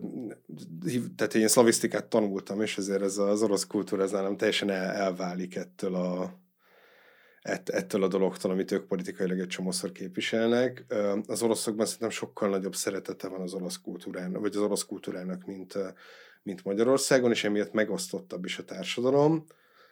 tehát én szlavisztikát tanultam, és ezért ez az orosz kultúra ez nálam teljesen el, elválik ettől a, ett, ettől a dologtól, amit ők politikailag egy csomószor képviselnek. Uh, az oroszokban szerintem sokkal nagyobb szeretete van az orosz kultúrának, vagy az orosz kultúrának, mint mint Magyarországon, és emiatt megosztottabb is a társadalom.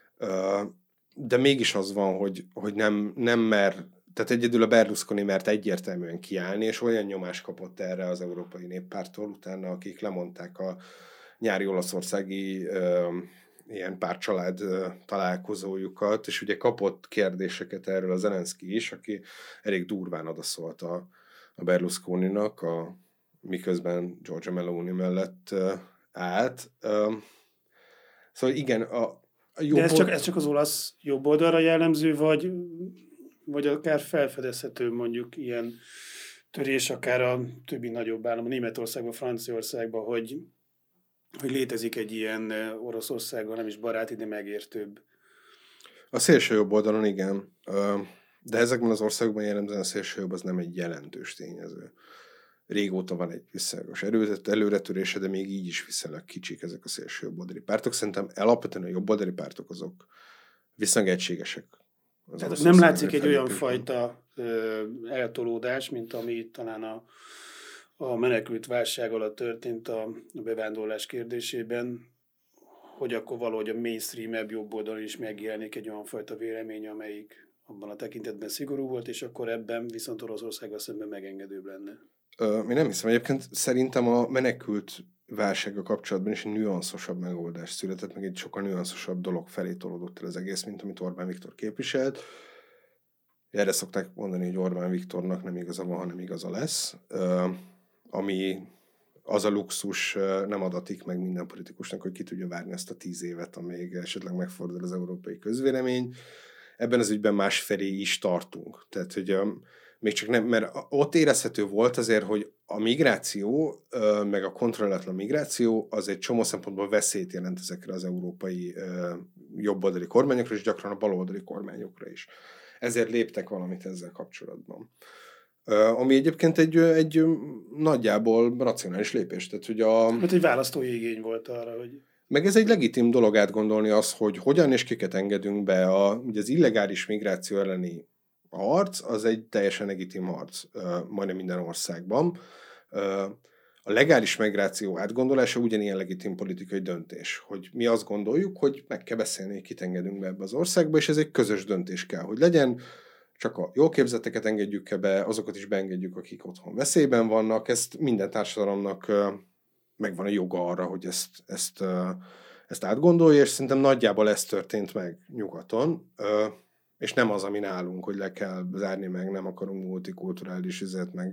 De mégis az van, hogy, hogy nem, nem mer, tehát egyedül a Berlusconi mert egyértelműen kiállni, és olyan nyomást kapott erre az Európai Néppártól utána, akik lemondták a nyári olaszországi ilyen pár család találkozójukat, és ugye kapott kérdéseket erről a Zelenszky is, aki elég durván odaszólt a, a Berlusconinak, a, miközben Giorgia Meloni mellett át. Szóval igen, a, a jobb... De ez csak, ez csak az olasz jobb oldalra jellemző, vagy, vagy akár felfedezhető mondjuk ilyen törés, akár a többi nagyobb állam, Németországban, Franciaországban, hogy, hogy létezik egy ilyen Oroszországban nem is baráti, de megértőbb. A szélső jobb oldalon igen, de ezekben az országokban jellemzően a szélső jobb az nem egy jelentős tényező. Régóta van egy viszonylagos előretörése, de még így is viszonylag kicsik ezek a szélső jobboldali pártok. Szerintem alapvetően a jobboldali pártok azok viszonylag egységesek. Tehát nem látszik egy olyan fajta ö, eltolódás, mint ami talán a, a menekült válság alatt történt a, a bevándorlás kérdésében, hogy akkor valahogy a mainstream-ebb jobb oldalon is megjelenik egy olyan fajta vélemény, amelyik abban a tekintetben szigorú volt, és akkor ebben viszont Oroszországgal szemben megengedőbb lenne. Én nem hiszem. Egyébként szerintem a menekült válsággal kapcsolatban is egy nüanszosabb megoldás született, meg egy sokkal nüanszosabb dolog felé tolódott el az egész, mint amit Orbán Viktor képviselt. Erre szokták mondani, hogy Orbán Viktornak nem igaza van, hanem igaza lesz, ami az a luxus nem adatik meg minden politikusnak, hogy ki tudja várni ezt a tíz évet, amíg esetleg megfordul az európai közvélemény. Ebben az ügyben másfelé is tartunk. Tehát, hogy még csak nem, mert ott érezhető volt azért, hogy a migráció, meg a kontrollálatlan migráció az egy csomó szempontból veszélyt jelent ezekre az európai jobboldali kormányokra, és gyakran a baloldali kormányokra is. Ezért léptek valamit ezzel kapcsolatban. Ami egyébként egy, egy nagyjából racionális lépés. Tehát, hogy a... Hát egy választói igény volt arra, hogy... Meg ez egy legitim dolog átgondolni az, hogy hogyan és kiket engedünk be. A, ugye az illegális migráció elleni harc, az egy teljesen legitim harc, majdnem minden országban. A legális migráció átgondolása ugyanilyen legitim politikai döntés, hogy mi azt gondoljuk, hogy meg kell beszélni, hogy kit engedünk be ebbe az országba, és ez egy közös döntés kell, hogy legyen. Csak a jól képzetteket engedjük be, azokat is beengedjük, akik otthon veszélyben vannak. Ezt minden társadalomnak megvan a joga arra, hogy ezt, ezt, ezt átgondolja, és szerintem nagyjából ez történt meg nyugaton, és nem az, ami nálunk, hogy le kell zárni, meg nem akarunk multikulturális üzet, meg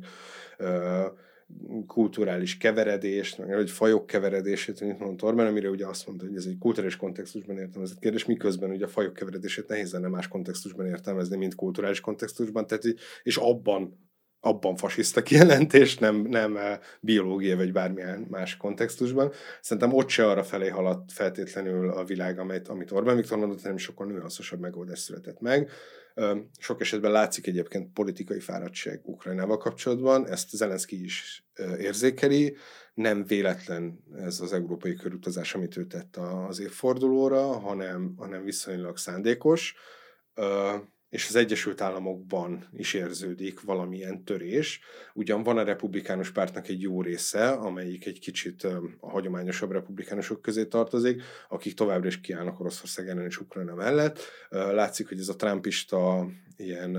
kulturális keveredést, meg egy fajok keveredését, mint mondta Orbán, amire ugye azt mondta, hogy ez egy kulturális kontextusban értelmezett kérdés, miközben ugye a fajok keveredését nehéz lenne más kontextusban értelmezni, mint kulturális kontextusban, tehát, és abban abban fasiszta kijelentés, nem, nem biológia vagy bármilyen más kontextusban. Szerintem ott se arra felé haladt feltétlenül a világ, amit, amit Orbán Viktor mondott, hanem sokkal nüanszosabb megoldás született meg. Sok esetben látszik egyébként politikai fáradtság Ukrajnával kapcsolatban, ezt Zelenszky is érzékeli, nem véletlen ez az európai körutazás, amit ő tett az évfordulóra, hanem, hanem viszonylag szándékos, és az Egyesült Államokban is érződik valamilyen törés. Ugyan van a republikánus pártnak egy jó része, amelyik egy kicsit a hagyományosabb republikánusok közé tartozik, akik továbbra is kiállnak Oroszország ellen és Ukrajna mellett. Látszik, hogy ez a trumpista ilyen,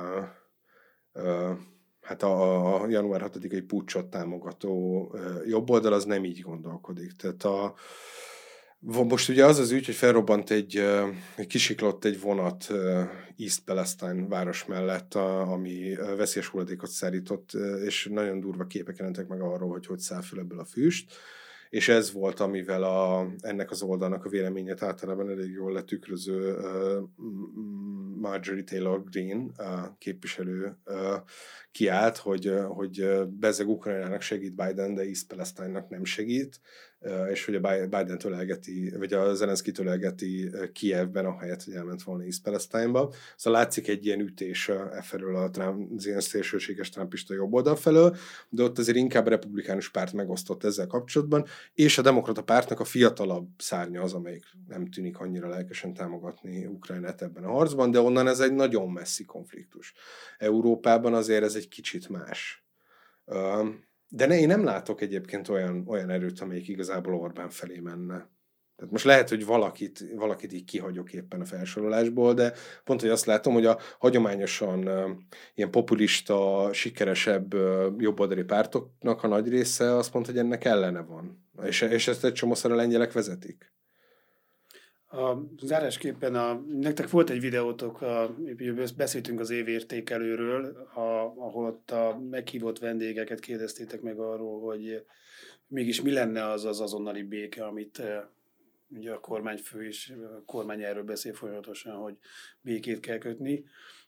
hát a, a január hatodikai puccsot támogató jobboldal az nem így gondolkodik. Tehát a Most ugye az az ügy, hogy felrobbant egy, egy kisiklott egy vonat East Palestine város mellett, ami veszélyes hulladékot szállított, és nagyon durva képek jelentek meg arról, hogy hogy száll föl ebből a füst. És ez volt, amivel a, ennek az oldalnak a véleményét általában elég jól letükröző uh, Marjorie Taylor Greene uh, képviselő uh, kiállt, hogy, uh, hogy bezzeg Ukrajnának segít Biden, de East Palestine-nak nem segít, uh, és hogy a Biden tölelgeti, vagy a Zelenszky tölelgeti Kijevben, ahelyett, hogy elment volna East Palestine-ba. Szóval látszik egy ilyen ütés uh, e felől a Trump, az ilyen szélsőséges trumpista jobb oldal felől, de ott azért inkább a republikánus párt megosztott ezzel kapcsolatban, és a demokrata pártnak a fiatalabb szárnya az, amelyik nem tűnik annyira lelkesen támogatni Ukrajnát ebben a harcban, de onnan ez egy nagyon messzi konfliktus. Európában azért ez egy kicsit más. De ne, én nem látok egyébként olyan, olyan erőt, amelyik igazából Orbán felé menne. Tehát most lehet, hogy valakit, valakit így kihagyok éppen a felsorolásból, de pont, hogy azt látom, hogy a hagyományosan uh, ilyen populista, sikeresebb uh, jobboldali pártoknak a nagy része azt mondta, hogy ennek ellene van. És, és ezt egy csomószor a lengyelek vezetik. A zárásképpen a, nektek volt egy videótok, a, beszéltünk az évértékelőről, a, ahol ott a meghívott vendégeket kérdeztétek meg arról, hogy mégis mi lenne az az azonnali béke, amit ugye a kormányfő is, a kormány erről beszél folyamatosan, hogy békét kell kötni.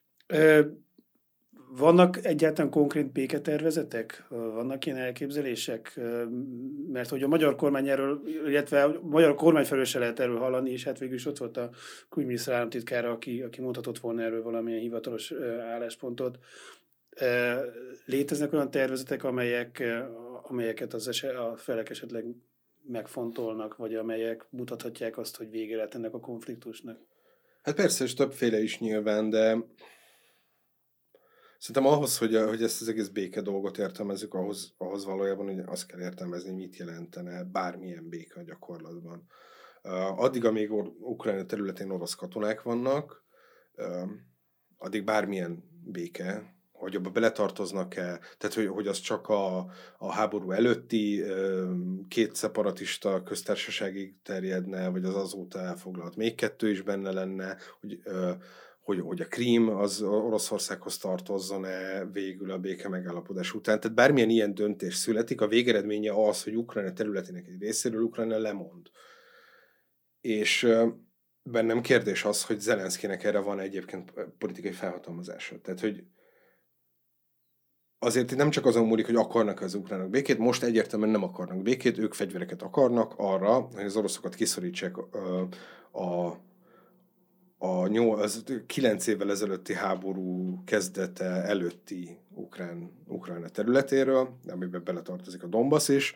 Vannak egyáltalán konkrét béketervezetek? Vannak ilyen elképzelések? Mert hogy a magyar kormány erről, illetve a magyar kormány felől se lehet erről hallani, és hát végül is ott volt a külügyminiszter államtitkára, aki, aki mondhatott volna erről valamilyen hivatalos álláspontot. Léteznek olyan tervezetek, amelyek, amelyeket az eset, a felek esetleg megfontolnak, vagy amelyek mutathatják azt, hogy vége lett ennek a konfliktusnak? Hát persze, és többféle is nyilván, de szerintem ahhoz, hogy, hogy ezt az egész béke dolgot értelmezzük, ahhoz, ahhoz valójában hogy azt kell értelmezni, mit jelentene bármilyen béke a gyakorlatban. Uh, addig, amíg Ukrajna területén orosz katonák vannak, uh, addig bármilyen béke, hogy abba beletartoznak-e, tehát hogy, hogy az csak a, a háború előtti uh, két szeparatista köztársaságig terjedne, vagy az azóta elfoglalt még kettő is benne lenne, hogy uh, Hogy, hogy a Krím az Oroszországhoz tartozzon-e végül a béke megállapodás után. Tehát bármilyen ilyen döntés születik, a végeredménye az, hogy Ukrajna területének egy részéről Ukrajna lemond. És bennem kérdés az, hogy Zelenszkynek erre van egyébként politikai felhatalmazása. Tehát, hogy azért nem csak azon múlik, hogy akarnak az ukránok békét, most egyértelműen nem akarnak békét, ők fegyvereket akarnak arra, hogy az oroszokat kiszorítsák a, a a nyolc, kilenc évvel ezelőtti háború kezdete előtti ukrán, Ukrajna területéről, amiben beletartozik a Donbass is.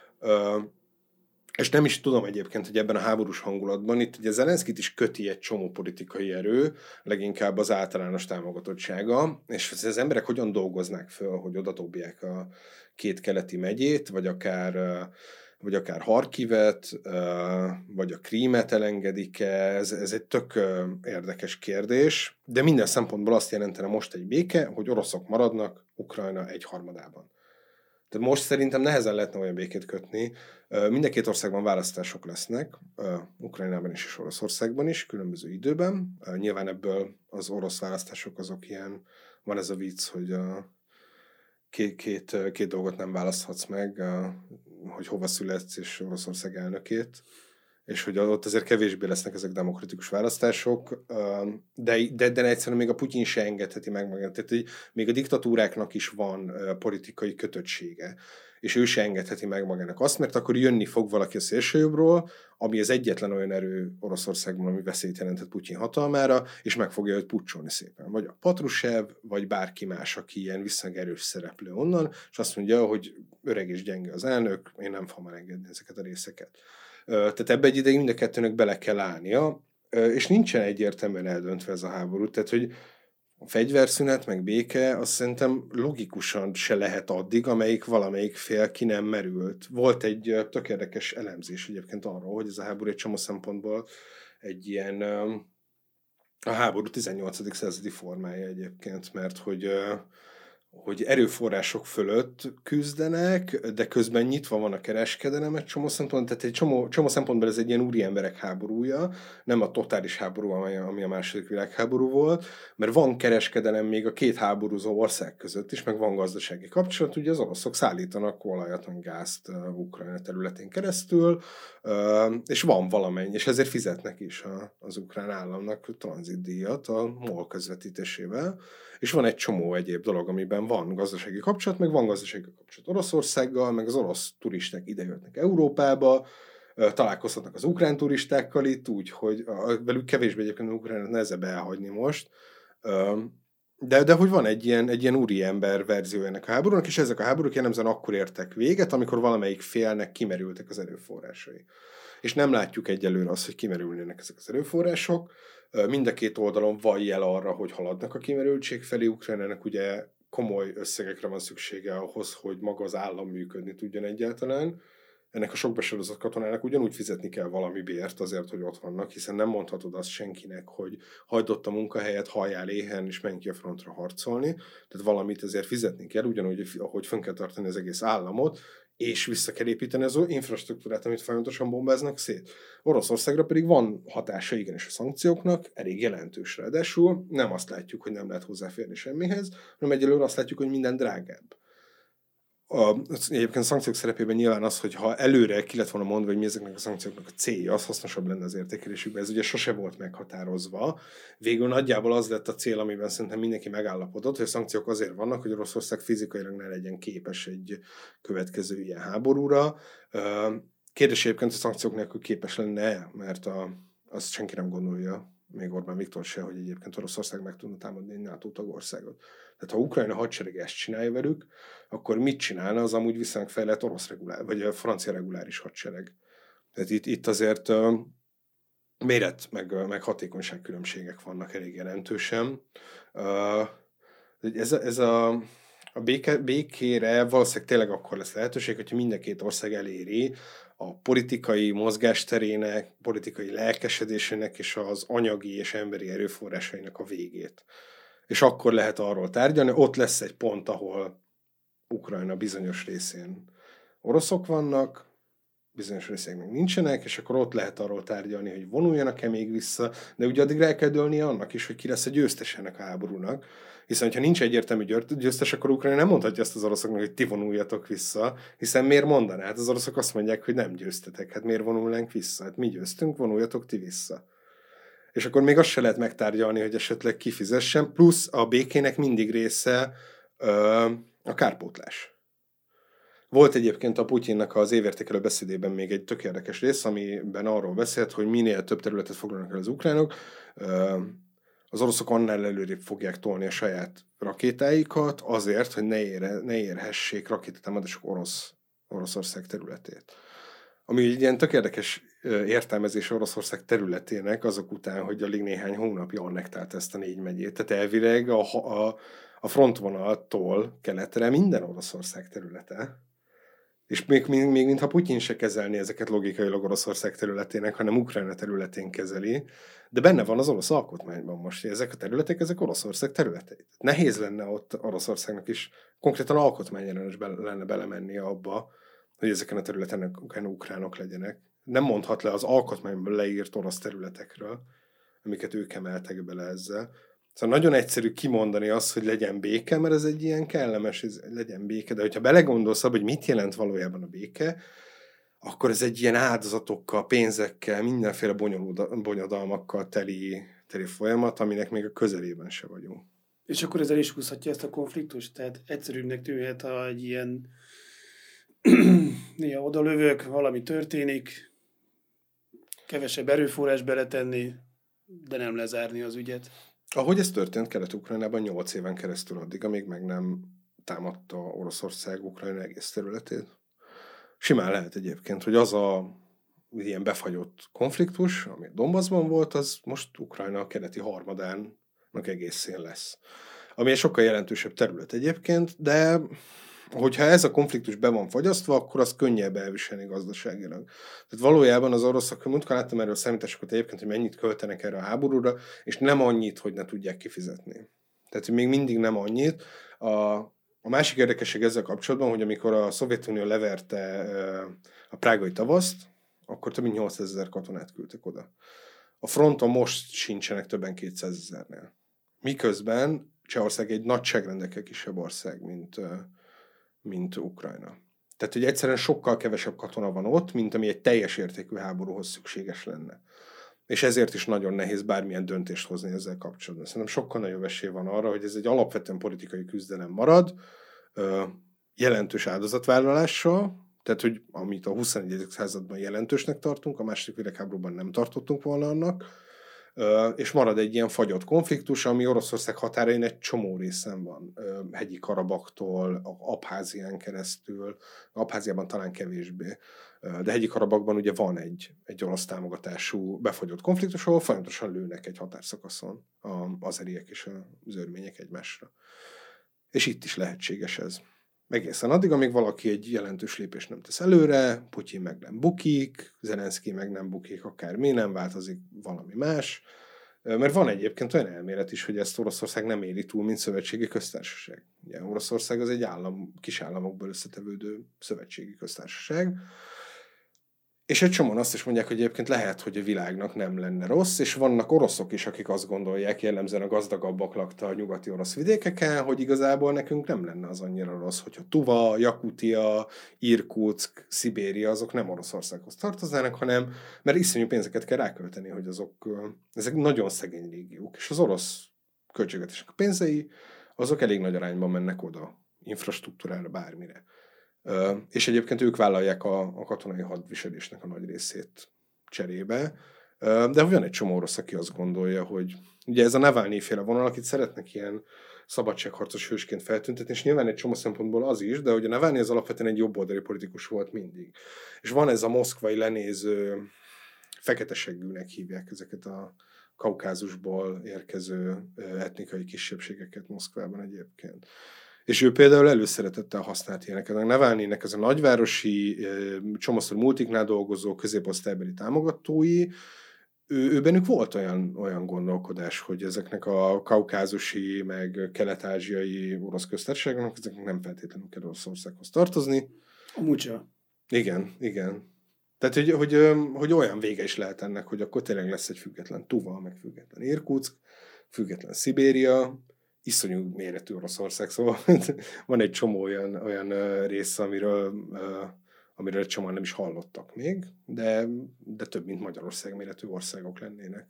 És nem is tudom egyébként, hogy ebben a háborús hangulatban itt ugye Zelenszkyt is köti egy csomó politikai erő, leginkább az általános támogatottsága, és az emberek hogyan dolgoznák föl, hogy oda dobják a két keleti megyét, vagy akár vagy akár Harkivet, vagy a Krímet elengedik-e, ez, ez egy tök érdekes kérdés, de minden szempontból azt jelentene most egy béke, hogy oroszok maradnak Ukrajna egyharmadában. Tehát most szerintem nehezen lehetne olyan békét kötni. Mind a két országban választások lesznek, Ukrajnában is és Oroszországban is, különböző időben. Nyilván ebből az orosz választások azok ilyen, van ez a vicc, hogy a két, két, két dolgot nem választhatsz meg, hogy hova születsz és Oroszország elnökét, és hogy ott azért kevésbé lesznek ezek demokratikus választások, de, de, de egyszerűen még a Putyin se engedheti meg magát. Tehát hogy még a diktatúráknak is van politikai kötöttsége, és ő se engedheti meg magának azt, mert akkor jönni fog valaki a szélsőjobbról, ami az egyetlen olyan erő Oroszországban, ami veszélyt jelentett Putyin hatalmára, és meg fogja őt pucsolni szépen. Vagy a Patrushev, vagy bárki más, aki ilyen viszonylag erős szereplő onnan, és azt mondja, hogy öreg és gyenge az elnök, én nem fogom engedni ezeket a részeket. Tehát ebbe egy ideig mind a kettőnek bele kell állnia, és nincsen egyértelműen eldöntve ez a háború. Tehát, hogy a fegyverszünet, meg béke, azt szerintem logikusan se lehet addig, amelyik valamelyik fél ki nem merült. Volt egy tök érdekes elemzés egyébként arról, hogy ez a háború egy csomó szempontból egy ilyen a háború tizennyolcadik századi formája egyébként, mert hogy hogy erőforrások fölött küzdenek, de közben nyitva van a kereskedelem egy csomó szempontból, tehát egy csomó, csomó szempontból ez egy ilyen úri emberek háborúja, nem a totális háború, ami a második világháború volt, mert van kereskedelem még a két háborúzó ország között is, meg van gazdasági kapcsolat, ugye az oroszok szállítanak olajat, meg gázt Ukrajna területén keresztül, és van valamennyi, és ezért fizetnek is az ukrán államnak tranzitdíjat a MOL közvetítésével, és van egy csomó egyéb dolog, amiben van gazdasági kapcsolat, meg van gazdasági kapcsolat Oroszországgal, meg az orosz turisták idejöttnek Európába, találkozhatnak az ukrán turistákkal itt, úgyhogy velük kevésbé egyébként az ukránat nehezebb elhagyni most, de, de hogy van egy ilyen, egy ilyen úri ember verzió ennek a háborúnak, és ezek a háborúk jellemzően akkor értek véget, amikor valamelyik félnek kimerültek az erőforrásai. És nem látjuk egyelőre azt, hogy kimerülnének ezek az erőforrások. Mind a két oldalon van jel arra, hogy haladnak a kimerültség felé. Ukrajnának ugye komoly összegekre van szüksége ahhoz, hogy maga az állam működni tudjon egyáltalán. Ennek a sok besorozott katonának ugyanúgy fizetni kell valami bért azért, hogy ott vannak, hiszen nem mondhatod azt senkinek, hogy hagyd ott a munkahelyet, halljál éhen, és menj ki a frontra harcolni. Tehát valamit ezért fizetni kell, ugyanúgy, ahogy fönn kell tartani az egész államot, és vissza kell építeni az infrastruktúrát, amit folyamatosan bombáznak szét. Oroszországra pedig van hatása igenis a szankcióknak, elég jelentős ráadásul. Nem azt látjuk, hogy nem lehet hozzáférni semmihez, hanem egyelőre azt látjuk, hogy minden drágább. A, egyébként a szankciók szerepében nyilván az, hogy ha előre ki lett volna mondva, hogy mi ezeknek a szankcióknak a célja, az hasznosabb lenne az értékelésükben. Ez ugye sose volt meghatározva. Végül nagyjából az lett a cél, amiben szerintem mindenki megállapodott, hogy a szankciók azért vannak, hogy Oroszország fizikailag ne legyen képes egy következő ilyen háborúra. Kérdés egyébként, a szankciók nélkül képes lenne, mert a, azt senki nem gondolja, még Orbán Viktor se, hogy egyébként Oroszország meg tudna támadni egy NATO tagországot. Tehát ha Ukrajna hadsereg ezt csinálja velük, akkor mit csinálna az amúgy viszonylag fejlett orosz regulár, vagy a francia reguláris hadsereg. Tehát itt, itt azért uh, méret, meg, meg hatékonyság különbségek vannak elég jelentősen. Uh, ez a, ez a, a béke, békére valószínűleg tényleg akkor lesz lehetőség, hogyha minden két ország eléri a politikai mozgásterének, politikai lelkesedésének és az anyagi és emberi erőforrásainak a végét. És akkor lehet arról tárgyalni, ott lesz egy pont, ahol Ukrajna bizonyos részén oroszok vannak, bizonyos részén meg nincsenek, és akkor ott lehet arról tárgyalni, hogy vonuljanak-e még vissza, de ugye addig rá kell dőlnie annak is, hogy ki lesz a győztes ennek a háborúnak, hiszen ha nincs egyértelmű győztes, akkor Ukrajna nem mondhatja azt az oroszoknak, hogy ti vonuljatok vissza, hiszen miért mondaná? Hát az oroszok azt mondják, hogy nem győztetek, hát miért vonulnánk vissza? Hát mi győztünk, vonuljatok ti vissza. És akkor még azt se lehet megtárgyalni, hogy esetleg kifizessen, plusz a békének mindig része ö, a kárpótlás. Volt egyébként a Putyinnak az évértékelő beszédében még egy tök érdekes rész, amiben arról beszélt, hogy minél több területet foglalnak el az ukránok, ö, az oroszok annál előrébb fogják tolni a saját rakétáikat azért, hogy ne, ér, ne érhessék rakétatámadások orosz, Oroszország területét. Ami egy ilyen tök érdekes értelmezés Oroszország területének azok után, hogy alig néhány hónapja annektált ezt a négy megyét. Tehát elvileg a, a, a frontvonaltól keletre minden Oroszország területe. És még, még, még mintha Putyin se kezelni ezeket logikailag Oroszország területének, hanem Ukrajna területén kezeli, de benne van az orosz alkotmányban most, hogy ezek a területek, ezek Oroszország területei. Nehéz lenne ott Oroszországnak is konkrétan alkotmányellenes be, lenne belemenni abba, hogy ezeken a területeken ukránok legyenek. Nem mondhat le az alkotmányban leírt orosz területekről, amiket ők emeltek bele ezzel. Szóval nagyon egyszerű kimondani azt, hogy legyen béke, mert ez egy ilyen kellemes, ez legyen béke, de hogyha belegondolsz abba, hogy mit jelent valójában a béke, akkor ez egy ilyen áldozatokkal, pénzekkel, mindenféle bonyodalmakkal teli, teli folyamat, aminek még a közelében se vagyunk. És akkor ezzel is húzhatja ezt a konfliktust? Tehát egyszerűbbnek tűnhet, ha egy ilyen néha odalövök, valami történik, kevesebb erőforrás beletenni, de nem lezárni az ügyet. Ahogy ez történt Kelet-Ukrajnában nyolc éven keresztül addig, amíg meg nem támadta Oroszország Ukrajna egész területét. Simán lehet egyébként, hogy az a ilyen befagyott konfliktus, ami Donbassban volt, az most Ukrajna keleti harmadának egészén lesz. Ami egy sokkal jelentősebb terület egyébként, de hogyha ez a konfliktus be van fagyasztva, akkor az könnyebb elviselni gazdaságilag. Tehát valójában az oroszok, múltkor láttam erről számításokat egyébként, hogy mennyit költenek erre a háborúra, és nem annyit, hogy ne tudják kifizetni. Tehát még mindig nem annyit. A, a másik érdekesség ezzel kapcsolatban, hogy amikor a Szovjetunió leverte a prágai tavaszt, akkor több mint nyolcszázezer katonát küldtek oda. A fronton most sincsenek többen kétszázezernél. Miközben Csehország egy nagyságrendekkel kisebb ország, mint mint Ukrajna. Tehát, hogy egyszerűen sokkal kevesebb katona van ott, mint ami egy teljes értékű háborúhoz szükséges lenne. És ezért is nagyon nehéz bármilyen döntést hozni ezzel kapcsolatban. Szerintem sokkal nagyobb esély van arra, hogy ez egy alapvetően politikai küzdelem marad, jelentős áldozatvállalással, tehát, hogy amit a huszonegyedik században jelentősnek tartunk, a második világháborúban nem tartottunk volna annak, és marad egy ilyen fagyott konfliktus, ami Oroszország határain egy csomó részen van. Hegyi Karabaktól, Abházián keresztül, Abháziában talán kevésbé, de Hegyi Karabakban ugye van egy, egy orosz támogatású befagyott konfliktus, ahol folyamatosan lőnek egy határszakaszon az azeriek és az örmények egymásra. És itt is lehetséges ez. Egészen addig, amíg valaki egy jelentős lépést nem tesz előre, Putyin meg nem bukik, Zelenszky meg nem bukik, akármi, nem változik valami más. Mert van egyébként olyan elmélet is, hogy ezt Oroszország nem éli túl, mint szövetségi köztársaság. Ugye, Oroszország az egy állam, kis államokból összetevődő szövetségi köztársaság. És egy csomóan azt is mondják, hogy egyébként lehet, hogy a világnak nem lenne rossz, és vannak oroszok is, akik azt gondolják, jellemzően a gazdagabbak lakta a nyugati orosz vidékeken, hogy igazából nekünk nem lenne az annyira rossz, hogyha Tuva, Jakutia, Irkutsk, Szibéria, azok nem Oroszországhoz tartoznának, hanem mert iszonyú pénzeket kell rákölteni, hogy azok, ezek nagyon szegény régiók, és az orosz költségvetésnek a pénzei, azok elég nagy arányban mennek oda, infrastruktúrára, bármire. Uh, és egyébként ők vállalják a, a katonai hadviselésnek a nagy részét cserébe. Uh, de van egy csomó orosz, aki azt gondolja, hogy ugye ez a Navalnyi-féle vonal, akit szeretnek ilyen szabadságharcos hősként feltüntetni, és nyilván egy csomó szempontból az is, de hogy a Navalnyi az alapvetően egy jobboldali politikus volt mindig. És van ez a moszkvai lenéző, fekete seggűnek hívják ezeket a Kaukázusból érkező etnikai kisebbségeket Moszkvában egyébként. És ő például előszeretettel használt ilyeneket. A Navalnyinek ez a nagyvárosi, csomószor multiknál dolgozó középosztálybeli támogatói, ő, ő bennük volt olyan, olyan gondolkodás, hogy ezeknek a kaukázusi, meg kelet-ázsiai orosz köztársaságoknak ezeknek nem feltétlenül kell Oroszországhoz tartozni. A mucsa. Igen, igen. Tehát, hogy, hogy, hogy olyan vége is lehet ennek, hogy akkor tényleg lesz egy független Tuva, meg független Irkutsk, független Szibéria, iszonyú méretű Oroszország, szóval van egy csomó olyan, olyan rész, amiről, amiről egy csomóan nem is hallottak még, de, de több, mint Magyarország méretű országok lennének.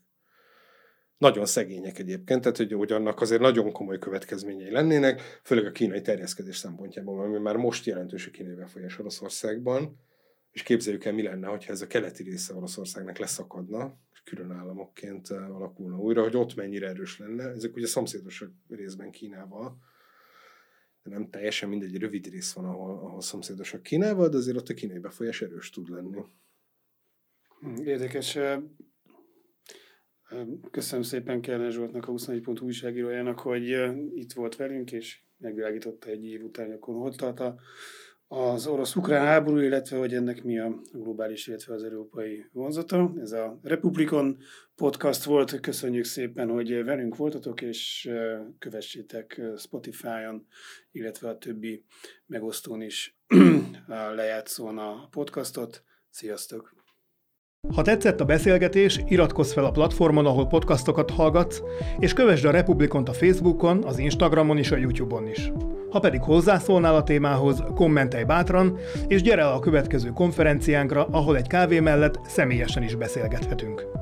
Nagyon szegények egyébként, tehát hogy, hogy annak azért nagyon komoly következményei lennének, főleg a kínai terjeszkedés szempontjából, ami már most jelentős a kínai befolyás Oroszországban, és képzeljük el, mi lenne, hogyha ez a keleti része Oroszországnak leszakadna, és külön államokként alakulna újra, hogy ott mennyire erős lenne. Ezek ugye szomszédosak részben Kínával, de nem teljesen mindegy, rövid rész van, ahol, ahol szomszédosak Kínával, de azért ott a kínai befolyás erős tud lenni. Érdekes. Köszönöm szépen Kerner Zsoltnak, a huszonnégy pont hu újságírójának, hogy itt volt velünk, és megvilágította egy év után, akkor hol tart a, az orosz-ukrán háború, illetve hogy ennek mi a globális, illetve az európai vonzata. Ez a Republikon podcast volt. Köszönjük szépen, hogy velünk voltatok, és kövessétek Spotify-on, illetve a többi megosztón is a lejátszón a podcastot. Sziasztok! Ha tetszett a beszélgetés, iratkozz fel a platformon, ahol podcastokat hallgatsz, és kövesd a Republikont a Facebookon, az Instagramon és a YouTube-on is. Ha pedig hozzászólnál a témához, kommentelj bátran, és gyere el a következő konferenciánkra, ahol egy kávé mellett személyesen is beszélgethetünk.